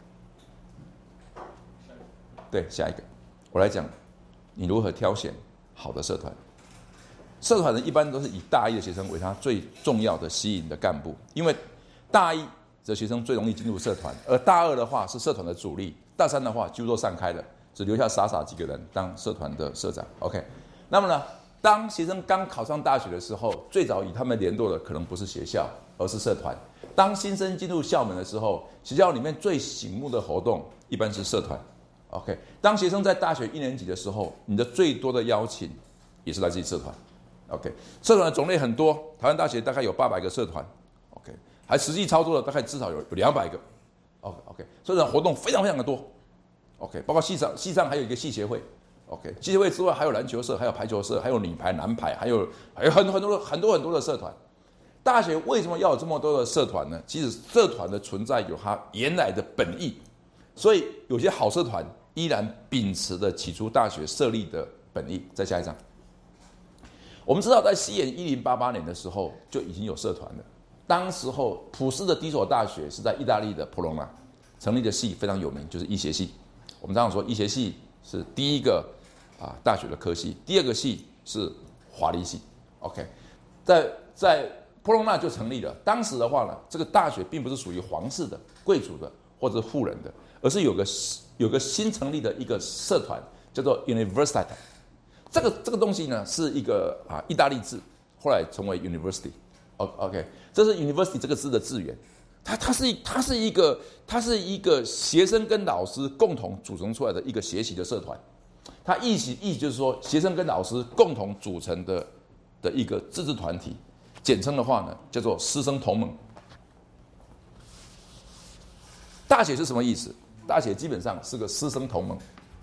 对，下一个，我来讲你如何挑选好的社团。社团呢，一般都是以大一的学生为他最重要的吸引的干部，因为大一的学生最容易进入社团，而大二的话是社团的主力，大三的话几乎都散开了，只留下傻傻几个人当社团的社长。OK， 那么呢，当学生刚考上大学的时候，最早与他们联络的可能不是学校，而是社团。当新生进入校门的时候，学校里面最醒目的活动一般是社团。OK， 当学生在大学一年级的时候，你的最多的邀请也是来自于社团。OK， 社团的种类很多，台湾大学大概有八百个社团 ，OK， 还实际操作的大概至少有有两百个 ，OK OK， 社团活动非常非常的多 ，OK， 包括系上系上还有一个系协会 ，OK， 系协会之外还有篮球社，还有排球社，还有女排、男排，还有还有很多很多很多很多的社团。大学为什么要有这么多的社团呢？其实社团的存在有它原来的本意，所以有些好社团依然秉持着起初大学设立的本意。再下一张。我们知道，在西元一零八八年的时候就已经有社团了。当时候普世的第一所大学是在意大利的波隆纳成立的系非常有名，就是医学系。我们常常说，医学系是第一个啊大学的科系，第二个系是华lý系。OK， 在在波隆纳就成立了。当时的话呢，这个大学并不是属于皇室的、贵族的或者富人的，而是有个有个新成立的一个社团，叫做 Università。这个这个东西呢，是一个啊意大利字，后来成为 University。OK， 这是 University 这个字的字源。它它是它是一个它是一个学生跟老师共同组成出来的一个学习的社团。它意思意思就是说，学生跟老师共同组成的的一个自治团体，简称的话呢叫做师生同盟。大学是什么意思？大学基本上是个师生同盟。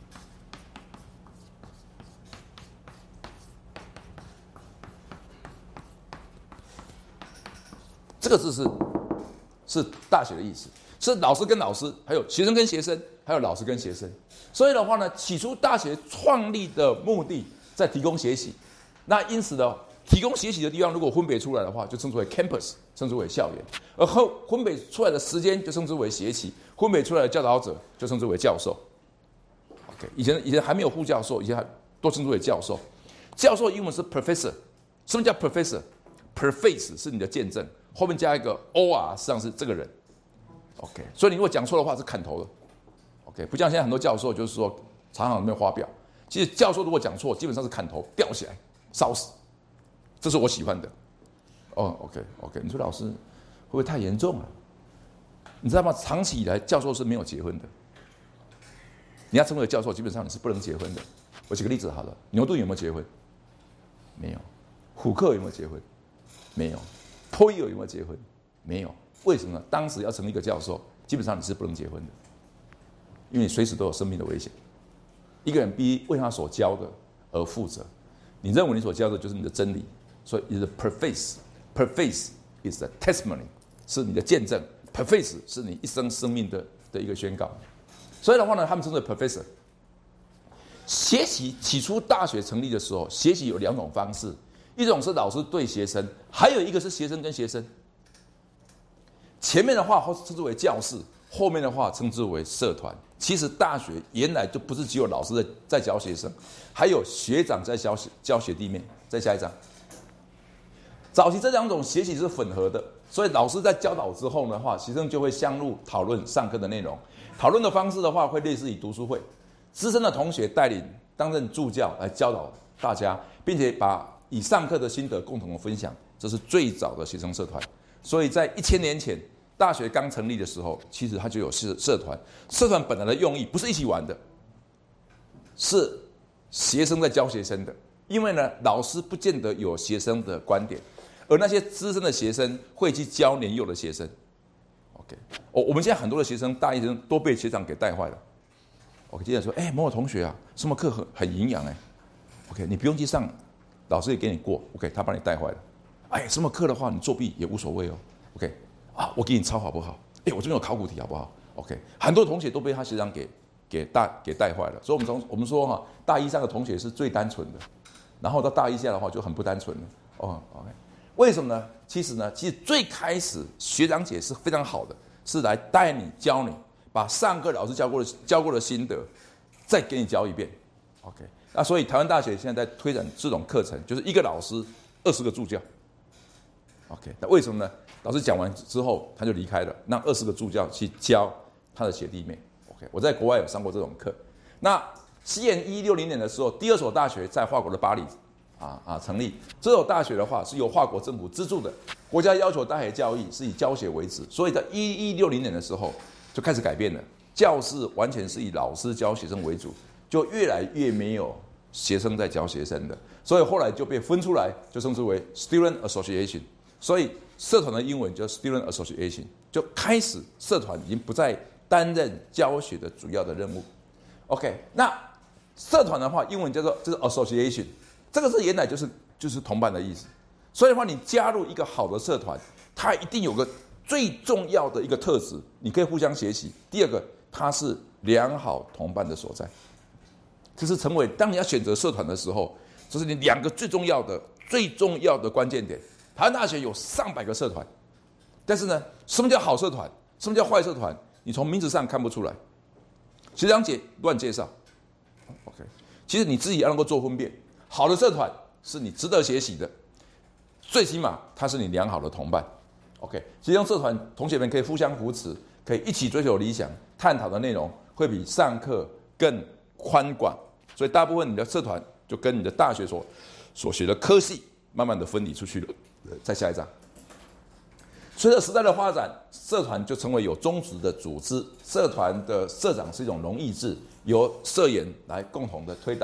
这个字是是大学的意思，是老师跟老师，还有学生跟学生，还有老师跟学生。所以的话呢，起初大学创立的目的在提供学习，那因此呢，提供学习的地方如果分别出来的话，就称之为 campus， 称之为校园；而后分别出来的时间就称之为学期，分别出来的教导者就称之为教授。OK， 以前以前还没有副教授，以前还都称之为教授。教授英文是 professor， 什么叫 professor？Preface 是你的见证，后面加一个 or， 实际上是这个人。OK， 所以你如果讲错的话是砍头的。OK， 不像现在很多教授就是说常常里面发表，其实教授如果讲错，基本上是砍头吊起来烧死，这是我喜欢的。哦 ，OK OK， 你说老师会不会太严重了？你知道吗？长期以来教授是没有结婚的。你要成为教授，基本上你是不能结婚的。我举个例子好了，牛顿有没有结婚？没有。虎克有没有结婚？没有。波伊尔有没有结婚？没有。为什么呢？当时要成为一个教授，基本上你是不能结婚的，因为你随时都有生命的危险。一个人必须为他所教的而负责。你认为你所教的就是你的真理，所以 is a preface, preface is a testimony， 是你的见证 ，preface 是你一生生命的的一个宣告。所以的话呢，他们称为 professor。学习起初大学成立的时候，学习有两种方式，一种是老师对学生，还有一个是学生跟学生。前面的话称之为教室，后面的话称之为社团。其实大学原来就不是只有老师在在教学生，还有学长在教教学弟妹。再下一章。早期这两种学习是混合的，所以老师在教导之后的话，学生就会相入讨论上课的内容。讨论的方式的话，会类似于读书会，资深的同学带领担任助教来教导大家，并且把以上课的心得共同的分享。这是最早的学生社团。所以在一千年前，大学刚成立的时候，其实它就有社社团。社团本来的用意不是一起玩的，是学生在教学生的。因为呢，老师不见得有学生的观点，而那些资深的学生会去教年幼的学生。OK， 哦，我们现在很多的学生，大一生都被学长给带坏了。OK， 接着说，哎、欸，某某同学啊，什么课很很营养哎。OK， 你不用去上，老师也给你过。OK， 他把你带坏了。哎，什么课的话，你作弊也无所谓哦。OK， 啊，我给你抄好不好？哎、欸，我这边有考古题好不好 ？OK， 很多同学都被他学长给给带给带坏了。所以我们从我们说哈，大一上的同学是最单纯的，然后到大一下的话就很不单纯了。哦 ，OK， 为什么呢？其实呢，其实最开始学长姐是非常好的，是来带你教你，把上课老师教过的教过的心得再给你教一遍。OK， 那所以台湾大学现在在推展这种课程，就是一个老师二十个助教。OK， 那为什么呢？老师讲完之后他就离开了，让二十个助教去教他的学弟妹。OK， 我在国外有上过这种课。那西元一六零年的时候，第二所大学在法国的巴黎啊啊成立。这所大学的话是由法国政府资助的，国家要求大学教育是以教学为主，所以在一一六零年的时候就开始改变了，教室完全是以老师教学生为主，就越来越没有学生在教学生的，所以后来就被分出来，就称之为 Student Association。所以社团的英文叫 Student Association， 就开始社团已经不再担任教学的主要的任务。OK， 那社团的话，英文叫做就是 association， 这个是原来就是就是同伴的意思。所以的话，你加入一个好的社团，它一定有个最重要的一个特质，你可以互相学习。第二个，它是良好同伴的所在。这是成为当你要选择社团的时候，这是你两个最重要的、最重要的关键点。台湾大学有上百个社团，但是呢，什么叫好社团？什么叫坏社团？你从名字上看不出来。学长姐乱介绍 ，OK， 其实你自己要能够做分辨。好的社团是你值得学习的，最起码它是你良好的同伴 ，OK。其中社团同学们可以互相扶持，可以一起追求理想，探讨的内容会比上课更宽广，所以大部分你的社团就跟你的大学所所学的科系慢慢的分离出去了。再下一章。随着时代的发展，社团就成为有宗旨的组织。社团的社长是一种荣誉制，由社员来共同的推导。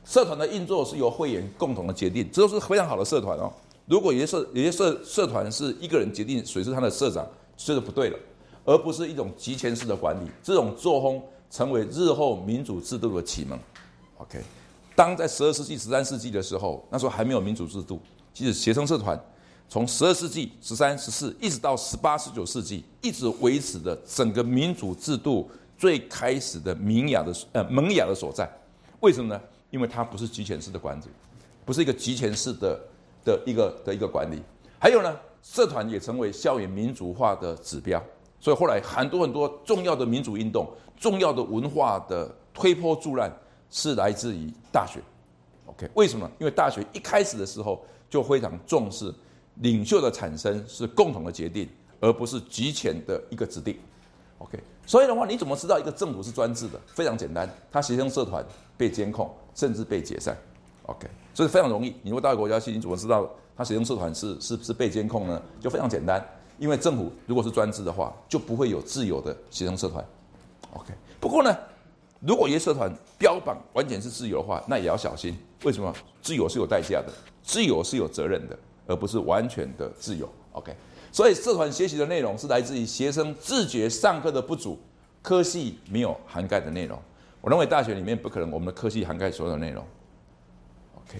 社团的运作是由会员共同的决定，这都是非常好的社团哦。如果有些社有些社社团是一个人决定谁是他的社长，这就不对了，而不是一种集权式的管理。这种作风成为日后民主制度的启蒙。OK， 当在十二世纪、十三世纪的时候，那时候还没有民主制度，其实学生社团从十二世纪、十三、十四一直到十八、十九世纪，一直维持的整个民主制度最开始的萌芽的呃萌芽的所在。为什么呢？因为它不是集权式的管理，不是一个集权式的的一个的一个管理。还有呢，社团也成为校园民主化的指标。所以后来很多很多重要的民主运动、重要的文化的推波助澜，是来自于大学。OK， 为什么？因为大学一开始的时候就非常重视领袖的产生是共同的决定，而不是集权的一个指定。OK， 所以的话，你怎么知道一个政府是专制的？非常简单，他学生社团被监控，甚至被解散。OK， 所以非常容易。你如果到一个国家去，你怎么知道他学生社团是是是被监控呢？就非常简单，因为政府如果是专制的话，就不会有自由的学生社团。OK， 不过呢，如果一些社团标榜完全是自由的话，那也要小心。为什么？自由是有代价的，自由是有责任的，而不是完全的自由。OK， 所以社团学习的内容是来自于学生自觉上课的不足，科系没有涵盖的内容。我认为大学里面不可能我们的科系涵盖所有的内容。OK，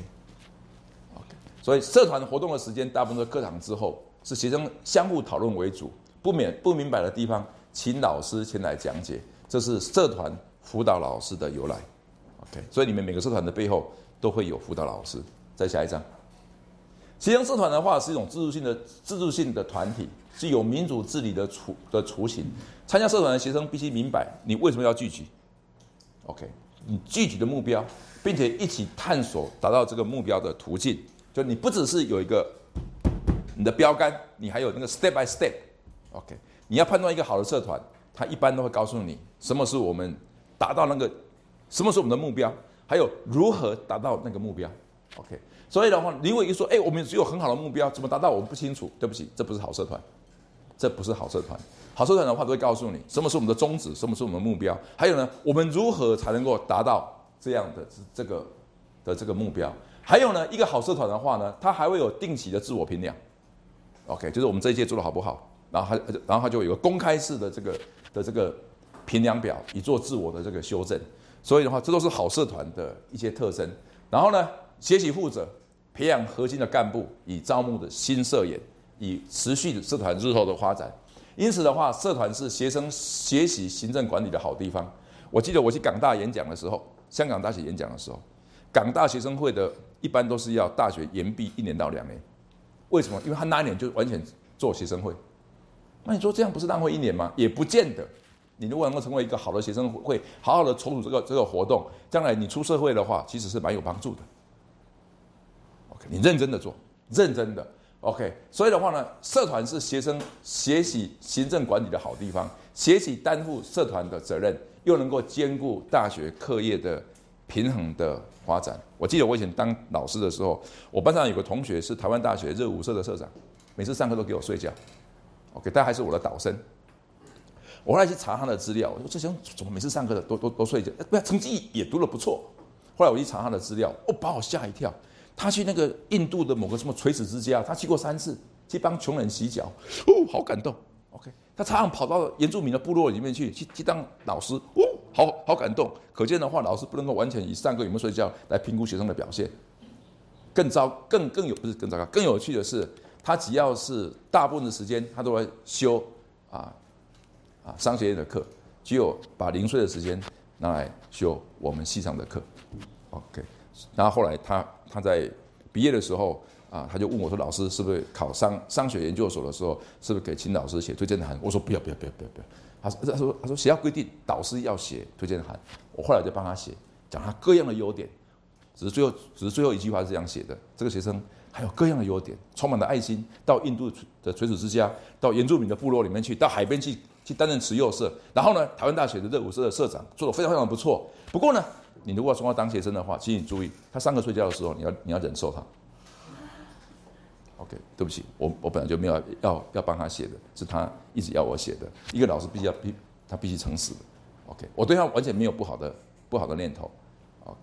OK， 所以社团活动的时间大部分都是课堂之后，是学生相互讨论为主，不免不明白的地方，请老师前来讲解。这是社团辅导老师的由来。OK， 所以你们每个社团的背后都会有辅导老师。再下一章。学生社团的话是一种自主性的自主性的团体，是有民主治理的雏的雏形。参加社团的学生必须明白你为什么要聚集。OK， 你聚集的目标，并且一起探索达到这个目标的途径。就你不只是有一个你的标杆，你还有那个 step by step。OK， 你要判断一个好的社团，他一般都会告诉你什么是我们达到那个，什么是我们的目标，还有如何达到那个目标。OK， 所以的话，如果一说，哎，我们只有很好的目标，怎么达到我们不清楚，对不起，这不是好社团，这不是好社团。好社团的话，都会告诉你什么是我们的宗旨，什么是我们的目标，还有呢，我们如何才能够达到这样的这个的这个目标。还有呢，一个好社团的话呢，它还会有定期的自我评量。OK， 就是我们这一届做的好不好，然后它然后它就有一个公开式的这个的这个评量表，以做自我的这个修正。所以的话，这都是好社团的一些特征。然后呢，学习负责，培养核心的干部，以招募的新社员，以持续社团日后的发展。因此的话，社团是学生学习行政管理的好地方。我记得我去港大演讲的时候，香港大学演讲的时候，港大学生会的一般都是要大学延毕一年到两年。为什么？因为他那一年就完全做学生会。那你说这样不是浪费一年吗？也不见得。你如果能够成为一个好的学生会，好好的筹组这个这个活动，将来你出社会的话，其实是蛮有帮助的。OK， 你认真的做，认真的。OK， 所以的话呢，社团是学生学习行政管理的好地方，学习担负社团的责任，又能够兼顾大学课业的平衡的发展。我记得我以前当老师的时候，我班上有个同学是台湾大学热舞社的社长，每次上课都给我睡觉。OK， 但还是我的导生。我后来去查他的资料，我说这些人怎么每次上课的都都都睡觉？不，成绩也读得不错。后来我一查他的资料，哦，把我吓一跳。他去那个印度的某个什么垂死之家，他去过三次，去帮穷人洗脚，哦，好感动。OK， 他常常跑到原住民的部落里面去，去去当老师，哦，好好感动。可见的话，老师不能够完全以上课有没有睡觉来评估学生的表现。更糟，更更有不是更糟糕，更有趣的是，他只要是大部分的时间，他都会修啊啊商学院的课，只有把零碎的时间拿来修我们系上的课。OK， 然后后来他他在毕业的时候啊，他就问我说：“老师是不是考商商学研究所的时候，是不是给秦老师写推荐函？”我说：“不要不要不要不要不要。”他说：“他说他说学校规定导师要写推荐函。”我后来就帮他写，讲他各样的优点。只是最后，只是最后一句话是这样写的：这个学生还有各样的优点，充满了爱心，到印度的垂死之家，到原住民的部落里面去，到海边去去担任慈幼社，然后呢，台湾大学的热舞社的社长，做得非常非常不错。不过呢，你如果说要当学生的话，请你注意，他上课睡觉的时候，你要你要忍受他。OK， 对不起，我我本来就没有要要帮他写的，是他一直要我写的。一个老师必须要必他必须诚实的。OK， 我对他完全没有不好的不好的念头。OK。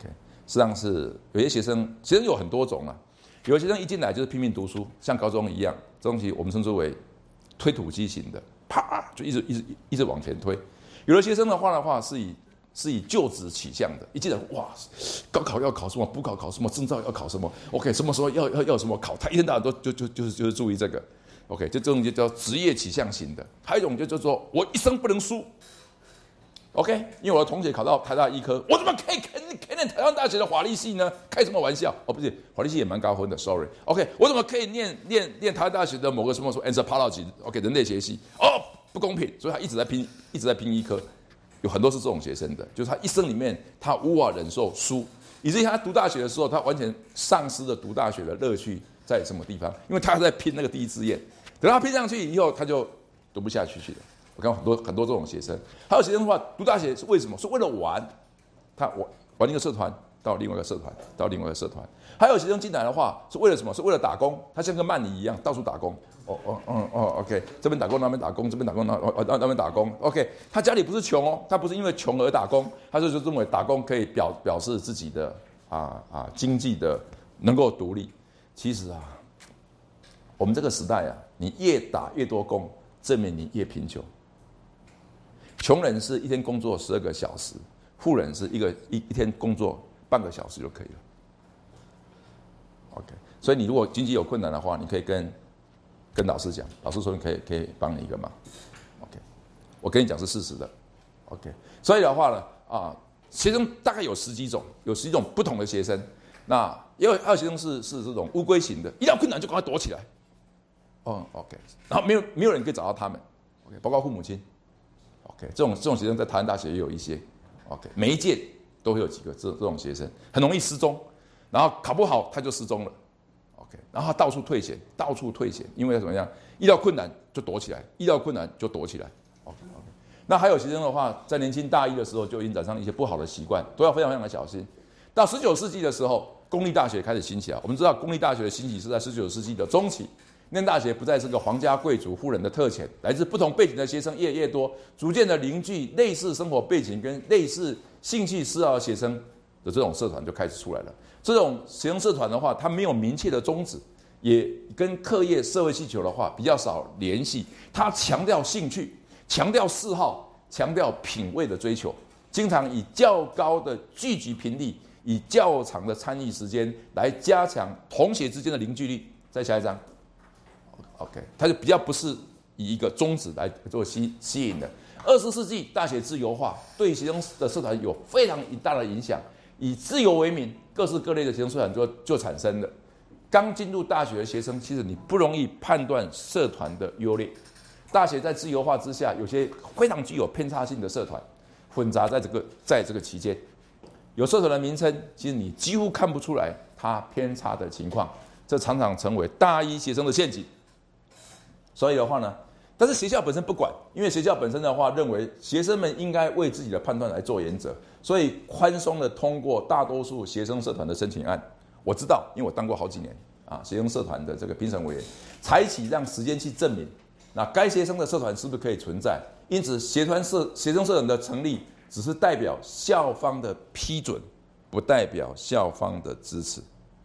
实际上是有些学生，学生有很多种啊。有的学生一进来就是拼命读书，像高中一样，这东西我们称之为推土机型的，啪就一直一直一直往前推。有的学生的话的话是以是以就职取向的，一进来哇，高考要考什么，补考考什么，证照要考什么 ，OK， 什么时候要要要什么考，他一天到晚都就就就是就是注意这个 ，OK， 就这种就叫职业取向型的。还有一种就叫做我一生不能输。OK， 因为我的同学考到台大医科，我怎么可以肯肯念台湾大学的法律系呢？开什么玩笑？哦，不是，法律系也蛮高分的 ，sorry。OK， 我怎么可以念念念台湾大学的某个什么什么 anthropology？OK， 人类学系？哦，不公平，所以他一直在拼，一直在拼医科。有很多是这种学生的，就是他一生里面他无法忍受输，以至于他读大学的时候，他完全丧失了读大学的乐趣在什么地方？因为他在拼那个第一志愿，等他拼上去以后，他就读不下去去了。我看很多很多这种学生，还有学生的话，读大学是为什么？是为了玩，他玩玩一个社团到另外一个社团，到另外一个社团。还有学生进来的话，是为了什么？是为了打工，他像个曼尼一样到处打工。哦哦哦哦 ，OK， 这边打工那边打工，这边打工那哦那那边打工 ，OK， 他家里不是穷哦，他不是因为穷而打工，他就是认为打工可以表表示自己的啊啊经济的能够独立。其实啊，我们这个时代啊，你越打越多工，证明你越贫穷。穷人是一天工作十二个小时，富人是一个一一天工作半个小时就可以了。OK， 所以你如果经济有困难的话，你可以跟跟老师讲，老师说你可以可以帮你一个忙。OK， 我跟你讲是事实的。OK， 所以的话呢，啊，学生大概有十几种，有十几种不同的学生。那也有还有学生是是这种乌龟型的，一到困难就赶快躲起来。哦 ，OK， 然后没有没有人可以找到他们。OK， 包括父母亲。OK， 这种这种学生在台湾大学也有一些。OK， 每一届都会有几个这这种学生，很容易失踪，然后考不好他就失踪了。OK， 然后他到处退险，到处退险，因为怎么样？遇到困难就躲起来，遇到困难就躲起来。OK OK， 那还有学生的话，在年轻大一的时候就已经染上一些不好的习惯，都要非常非常的小心。到十九世纪的时候，公立大学开始兴起来。我们知道公立大学的兴起是在十九世纪的中期。念大学不再是个皇家贵族富人的特权，来自不同背景的学生越来越多，逐渐的凝聚类似生活背景跟类似兴趣嗜好的学生的这种社团就开始出来了。这种学生社团的话，它没有明确的宗旨，也跟课业社会需求的话比较少联系。它强调兴趣，强调嗜好，强调品味的追求，经常以较高的聚集频率，以较长的参与时间来加强同学之间的凝聚力。再下一章。OK， 它就比较不是以一个宗旨来做吸吸引的。二十世纪大学自由化对学生的社团有非常大的影响，以自由为名，各式各类的学生社团就就产生了。刚进入大学的学生，其实你不容易判断社团的优劣。大学在自由化之下，有些非常具有偏差性的社团混杂在这个在这个期间，有社团的名称，其实你几乎看不出来它偏差的情况，这常常成为大一学生的陷阱。所以的话呢，但是学校本身不管，因为学校本身的话认为学生们应该为自己的判断来做原则，所以宽松的通过大多数学生社团的申请案。我知道，因为我当过好几年啊学生社团的这个评审委员，采取让时间去证明，那该学生的社团是不是可以存在。因此，学团社学生社团的成立只是代表校方的批准，不代表校方的支持。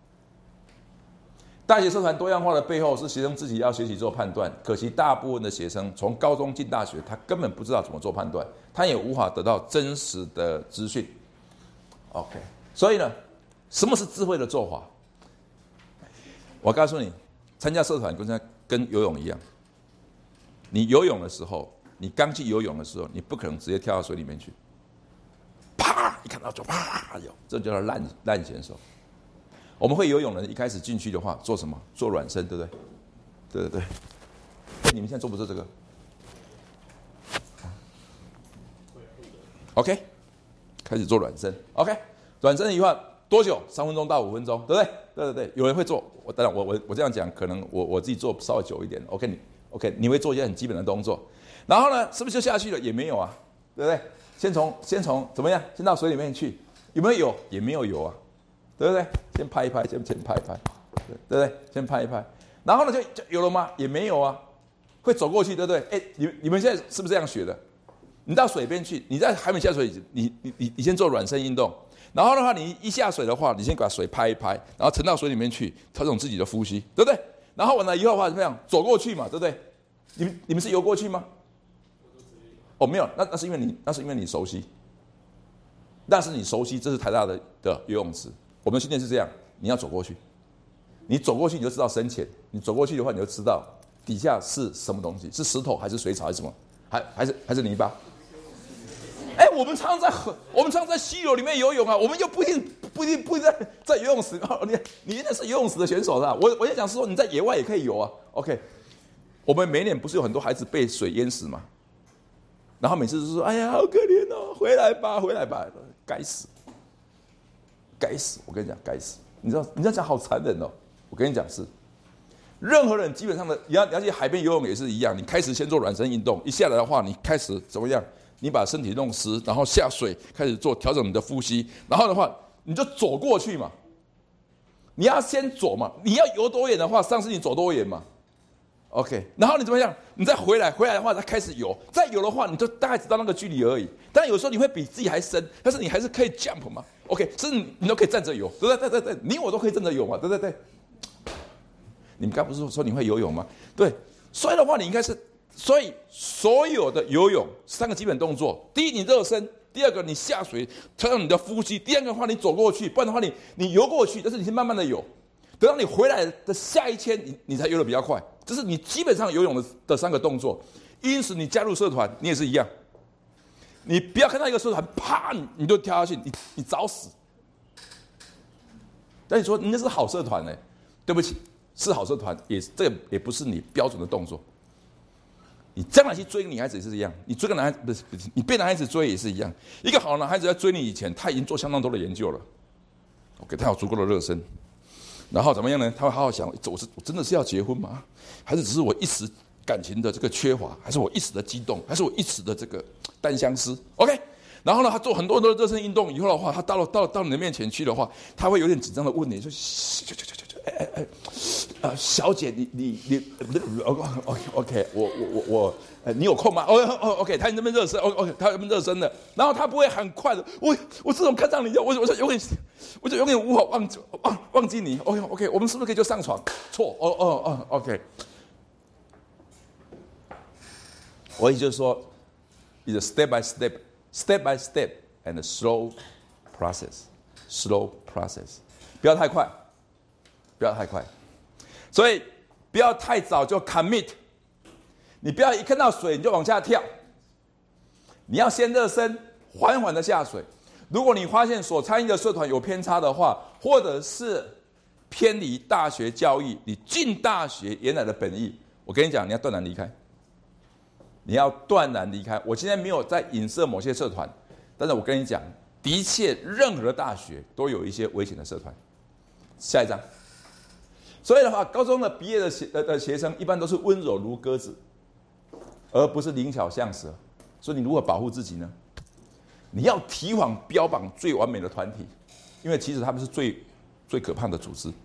大学社团多样化的背后是学生自己要学习做判断，可惜大部分的学生从高中进大学，他根本不知道怎么做判断，他也无法得到真实的资讯。OK， 所以呢，什么是智慧的做法？我告诉你，参加社团跟跟游泳一样，你游泳的时候，你刚去游泳的时候，你不可能直接跳到水里面去，啪一看到就啪有，这叫做烂烂选手。我们会游泳的人一开始进去的话，做什么？做软身，对不对？对对对。你们现在做不做这个 ？OK， 开始做软身。OK， 软身以后多久？三分钟到五分钟，对不对？对对对，有人会做。我当然，我我我这样讲，可能我我自己做稍微久一点。OK， 你 OK， 你会做一些很基本的动作，然后呢，是不是就下去了？也没有啊，对不对？先从先从怎么样？先到水里面去，有没有游？也没有游啊。对不对？先拍一拍，先先拍一拍，对不对？先拍一拍，然后呢就就有了吗？也没有啊，会走过去，对不对？哎，你你们现在是不是这样学的？你到水边去，你在还没下水，你你你你先做软身运动， 然后的话，你一下水的话，你先把水拍一拍，然后沉到水里面去，调整自己的呼吸，对不对？然后完了以后的话怎么样？走过去嘛，对不对？你们你们是游过去吗？哦，没有，那那是因为你那是因为你熟悉，那是你熟悉，这是台大的的游泳池。我们训练是这样，你要走过去，你走过去你就知道深浅，你走过去的话你就知道底下是什么东西，是石头还是水草还是什么，还还是还是泥巴。哎，我们常常在河，我们常常在溪流里面游泳啊，我们又不一定不一定不一定在在游泳池。你你那是游泳池的选手是吧？我我也想说你在野外也可以游啊。OK， 我们每年不是有很多孩子被水淹死吗？然后每次都说：“哎呀，好可怜哦，回来吧，回来吧。”该死，该死！我跟你讲，该死！你知道你这样讲好残忍哦。我跟你讲是，任何人基本上的，你要了解海边游泳也是一样。你开始先做软身运动，一下来的话，你开始怎么样？你把身体弄湿，然后下水开始做调整你的呼吸，然后的话你就走过去嘛。你要先走嘛，你要游多远的话，上次你走多远嘛。OK， 然后你怎么样？你再回来，回来的话再开始游，再游的话你就大概知道那个距离而已。但有时候你会比自己还深，但是你还是可以 jump 嘛。OK， 甚至你都可以站着游，对不对？对对对，你我都可以站着游嘛，对对对。你们刚不是说你会游泳吗？对，所以的话你应该是。所以，所有的游泳三个基本动作：第一，你热身；第二个，你下水调整你的呼吸；第三个的话，你走过去；不然的话你，你你游过去，但是你先慢慢的游，等到你回来的下一圈，你你才游得比较快。这是你基本上游泳的的三个动作。因此，你加入社团，你也是一样。你不要看到一个社团，啪，你就跳下去，你你找死。但你说人家是好社团呢、欸，对不起，是好社团，也这个也不是你标准的动作。你将来去追个女孩子也是一样，你追个男孩子不是不是，你被男孩子追也是一样。一个好的男孩子在追你以前，他已经做相当多的研究了。OK， 他有足够的热身，然后怎么样呢？他会好好想，我是我真的是要结婚吗？还是只是我一时感情的这个缺乏？还是我一时的激动？还是我一时的这个单相思 ？OK， 然后呢，他做很多很多的热身运动以后的话，他到了到了到你的面前去的话，他会有点紧张的问你说：“哎哎哎，呃，小姐，你你你 ，OK OK， 我我我我，呃，你有空吗？哦哦 OK， 他那边热身 ，OK OK， 他那边热身的，然后他不会很快的，我我自从看上你，我我就永远，我就永远无法忘记忘忘记你 ，OK OK， 我们是不是可以就上床？错，哦哦哦 ，OK。我意思就是说 ，is a step by step，step by step and a slow process，slow process， 不要太快。不要太快，所以不要太早就 commit。你不要一看到水你就往下跳，你要先热身，缓缓的下水。如果你发现所参与的社团有偏差的话，或者是偏离大学教育，你进大学原来的本意，我跟你讲，你要断然离开。你要断然离开。我今天没有在影射某些社团，但是我跟你讲，的确，任何的大学都有一些危险的社团。下一章。所以的话，高中的毕业的学的学生一般都是温柔如鸽子，而不是灵巧像蛇。所以你如何保护自己呢？你要提防标榜最完美的团体，因为其实他们是最最可怕的组织。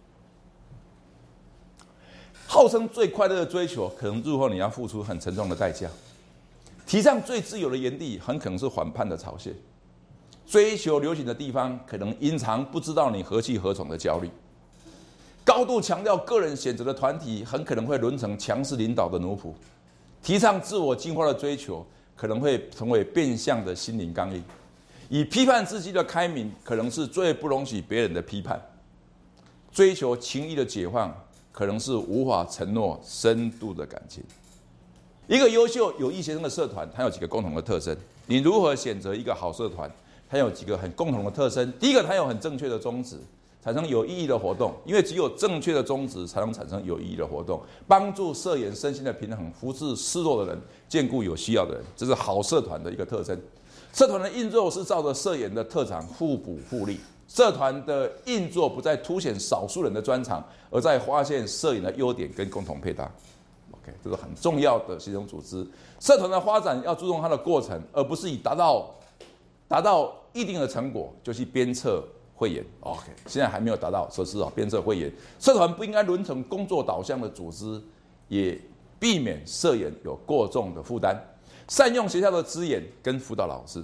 号称最快乐的追求，可能日后你要付出很沉重的代价。提倡最自由的原地，很可能是缓慢的潮汐。追求流行的地方，可能隐藏不知道你何去何从的焦虑。高度强调个人选择的团体，很可能会沦成强势领导的奴仆；提倡自我进化的追求，可能会成为变相的心灵刚硬；以批判自己的开明，可能是最不容许别人的批判；追求情谊的解放，可能是无法承诺深度的感情。一个优秀有益学生的社团，它有几个共同的特征。你如何选择一个好社团？它有几个很共同的特征。第一个，它有很正确的宗旨。产生有意义的活动，因为只有正确的宗旨，才能产生有意义的活动，帮助社员身心的平衡，扶持失落的人，兼顾有需要的人，这是好社团的一个特征。社团的运作是照着社员的特长互补互利，社团的运作不再凸显少数人的专长，而在发现社员的优点跟共同配搭。OK， 这是很重要的学生组织。社团的发展要注重它的过程，而不是以达到达到一定的成果就去鞭策。会员 ，OK， 现在还没有达到，说是啊，鞭策会员。社团不应该沦成工作导向的组织，也避免社员有过重的负担。善用学校的资源跟辅导老师，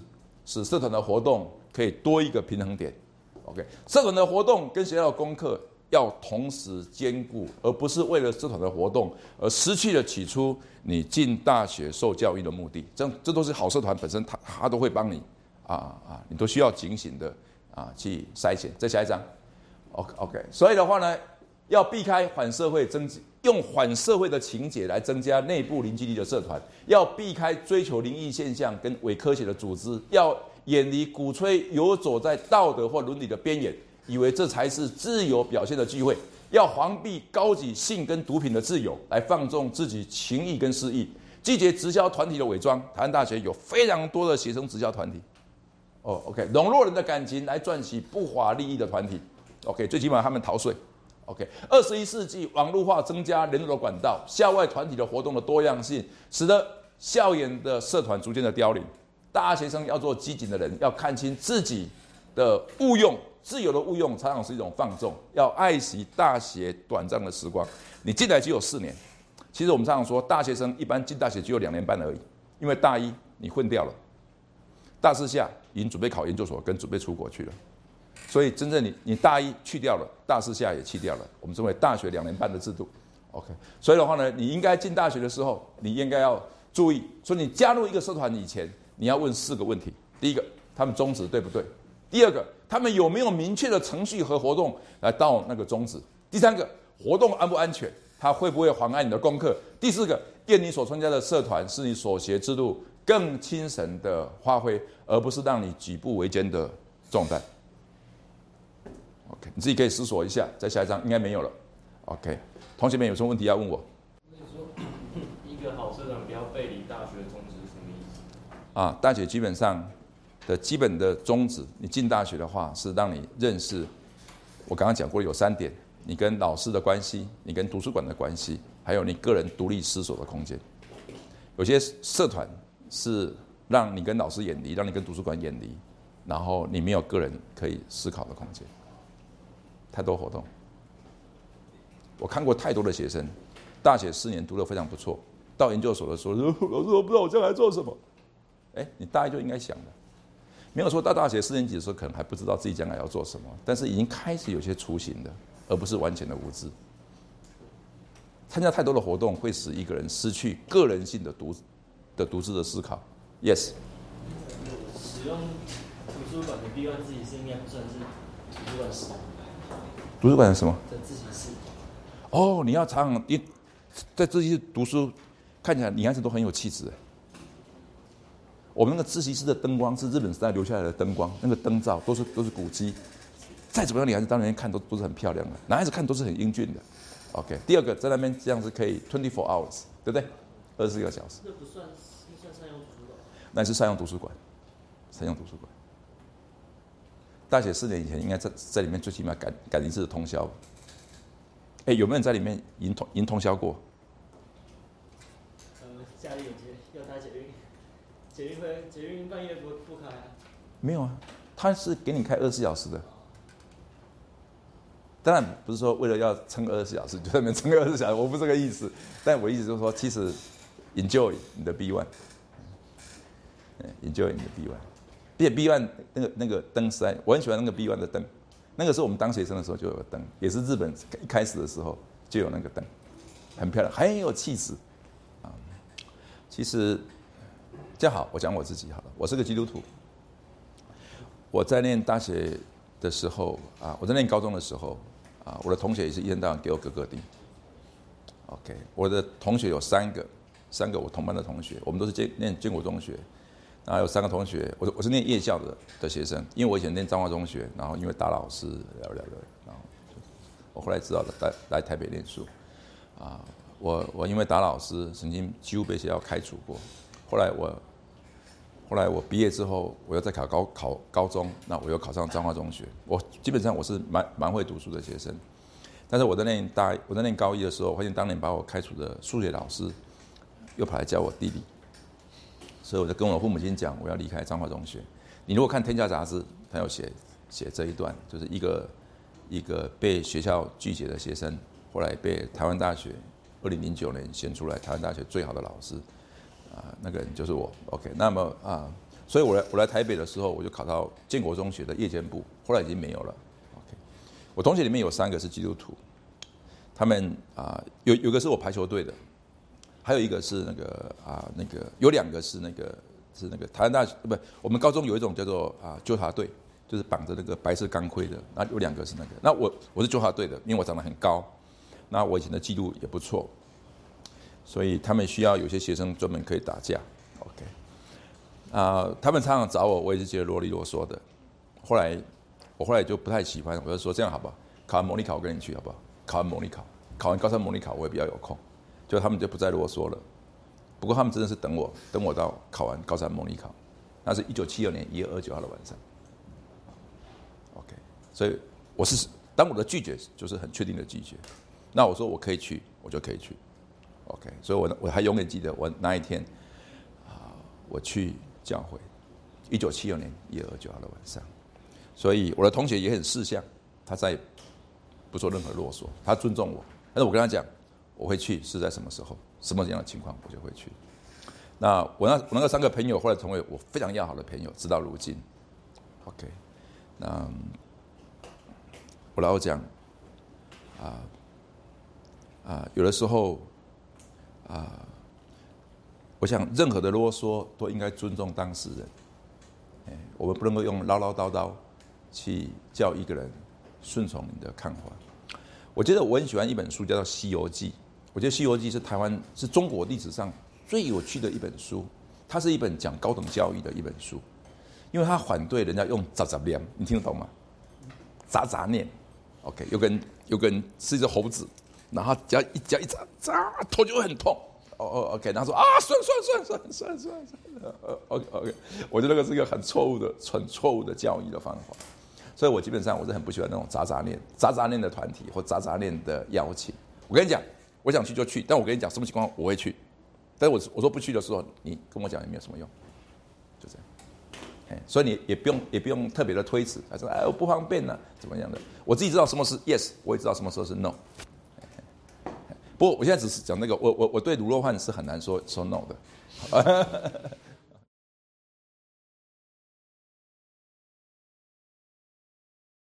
使社团的活动可以多一个平衡点。OK， 社团的活动跟学校的功课要同时兼顾，而不是为了社团的活动而失去了起初你进大学受教育的目的。这样，这都是好社团本身，它它都会帮你啊啊，你都需要警醒的啊去筛选。再下一张 ，OK OK， 所以的话呢，要避开反社会增，用反社会的情节来增加内部凝聚力的社团，要避开追求灵异现象跟伪科学的组织，要远离鼓吹游走在道德或伦理的边缘，以为这才是自由表现的聚会，要防避高举性跟毒品的自由，来放纵自己情意跟私意，拒绝直销团体的伪装。台湾大学有非常多的学生直销团体，哦 ，OK， 笼络人的感情来赚取不法利益的团体 ，OK， 最起码他们逃税 ，OK。二十一世纪网络化增加联络的管道，校外团体的活动的多样性，使得校园的社团逐渐的凋零。大学生要做机警的人，要看清自己的误用，自由的误用常常是一种放纵，要爱惜大学短暂的时光。你进来只有四年，其实我们常常说，大学生一般进大学只有两年半而已，因为大一你混掉了，大四下已经准备考研究所跟准备出国去了，所以真正你你大一去掉了，大四下也去掉了，我们称为大学两年半的制度。OK， 所以的话呢，你应该进大学的时候，你应该要注意，说你加入一个社团以前，你要问四个问题：第一个，他们宗旨对不对？第二个，他们有没有明确的程序和活动来到那个宗旨？第三个，活动安不安全？它会不会妨碍你的功课？第四个，愿你所参加的社团是你所学之路更精神的发挥，而不是让你举步维艰的重担。OK， 你自己可以思索一下，在下一章应该没有了。OK， 同学们有什么问题要问我？ 你说一个好社团不要背离大学的宗旨是什么意思？ 啊，大学基本上的基本的宗旨，你进大学的话是让你认识，我刚刚讲过有三点：你跟老师的关系，你跟图书馆的关系，还有你个人独立思索的空间。有些社团是让你跟老师远离，让你跟图书馆远离，然后你没有个人可以思考的空间。太多活动，我看过太多的学生，大学四年读得非常不错，到研究所的时候，老师我不知道我将来做什么。哎，你大一就应该想的，没有说到大学四年级的时候可能还不知道自己将来要做什么，但是已经开始有些雏形的，而不是完全的无知。参加太多的活动会使一个人失去个人性的独的独自的思考。Yes。 使用图书馆的闭关自习室应该不算是图书馆使用。 图书馆是什么？ 在自习室。 哦，你要常常你在自习室读书，看起来你还是都很有气质。我们那个自习室的灯光是日本时代留下来的灯光，那个灯罩都是都是古迹，再怎么样，女孩子当然看都都是很漂亮的，男孩子看都是很英俊的。OK， 第二个在那边这样子可以 twenty-four hours， 对不对？二十四个小时。 这不算，那算善用图书馆。 那是善用图书馆，善用图书馆。大学四年以前应该在在里面最起码赶赶一次通宵。哎，有没有人在里面已经通已经通宵过？ 呃，家里有捷要搭捷运，捷运会捷运半夜不不开啊？ 没有啊，他是给你开二十四小时的。当然不是说为了要撑二十四小时就在那边撑二十四小时，我不是这个意思。但我意思就是说，其实 enjoy 你的 B one， enjoy 你的 B one。并且 B one 那个那个灯实在，我很喜欢那个 B one 的灯。那个是我们当学生的时候就有个灯，也是日本一开始的时候就有那个灯，很漂亮，很有气质啊。其实这样好，我讲我自己好了，我是个基督徒。我在念大学的时候啊，我在念高中的时候啊，我的同学也是一天到晚给我哥哥丁。OK， 我的同学有三个，三个我同班的同学，我们都是建念建国中学。然后有三个同学，我我是念夜校的的学生，因为我以前念彰化中学，然后因为打老师聊聊聊，然后我后来知道的来来台北念书，啊，我我因为打老师曾经几乎被学校开除过，后来我后来我毕业之后，我又再考高考高中，那我又考上彰化中学，我基本上我是蛮蛮会读书的学生，但是我在念大我在念高一的时候，我发现当年把我开除的数学老师又跑来教我地理。所以我就跟我的父母亲讲，我要离开彰化中学。你如果看《天下》杂志，他有写写这一段，就是一个一个被学校拒绝的学生，后来被台湾大学二零零九年选出来台湾大学最好的老师，啊，那个人就是我。OK， 那么啊， 所以我来我来台北的时候，我就考到建国中学的夜间部，后来已经没有了。OK， 我同学里面有三个是基督徒，他们啊、呃、有有个是我排球队的，还有一个是那个啊、呃、那个有两个是那个是那个台湾大学不，我们高中有一种叫做啊纠察队，就是绑着那个白色钢盔的，那有两个是那个，那我我是纠察队的，因为我长得很高，那我以前的记录也不错，所以他们需要有些学生专门可以打架。OK。啊、呃，他们常常找我，我也是觉得啰里啰嗦的。后来，我后来就不太喜欢，我就说这样好不好？考完模拟考我跟你去好不好？考完模拟考，考完高三模拟考我也比较有空，就他们就不再啰嗦了。不过他们真的是等我，等我到考完高三模拟考，那是一九七二年一月二十九号的晚上。OK， 所以我是当我的拒绝就是很确定的拒绝。那我说我可以去，我就可以去。OK， 所以我我还永远记得我那一天啊、呃，我去教会，一九七二年一月二十九号的晚上，所以我的同学也很识相，他再也不做任何啰嗦，他尊重我。但是我跟他讲，我会去是在什么时候，什么样的情况，我就会去。那我那我那个三个朋友后来成为我非常要好的朋友，直到如今。OK， 那我老讲啊啊，有的时候啊。我想，任何的啰嗦都应该尊重当事人。我们不能够用唠唠叨叨去叫一个人顺从你的看法。我觉得我很喜欢一本书，叫做《西游记》。我觉得《西游记》是台湾是中国历史上最有趣的一本书。它是一本讲高等教育的一本书，因为它反对人家用杂杂念，你听得懂吗？杂杂念 ，OK， 有个人有个人是一只猴子，然后只要一只要一眨眨，头就会很痛。哦哦 ，OK， 然后说啊，算算算算算算算，呃 ，OK OK， 我觉得那个是一个很错误的、很错误的教育的方法，所以我基本上我是很不喜欢那种杂杂念、杂杂念的团体或杂杂念的邀请。我跟你讲，我想去就去，但我跟你讲什么情况我会去，但是我我说不去的时候，你跟我讲也没有什么用，就这样。所以你也不用也不用特别的推辞，还说哎我不方便呢、啊，怎么样的？我自己知道什么是 yes， 我也知道什么时候是 no。不过我现在只是讲那个，我我我对卤肉饭是很难说说 no 的，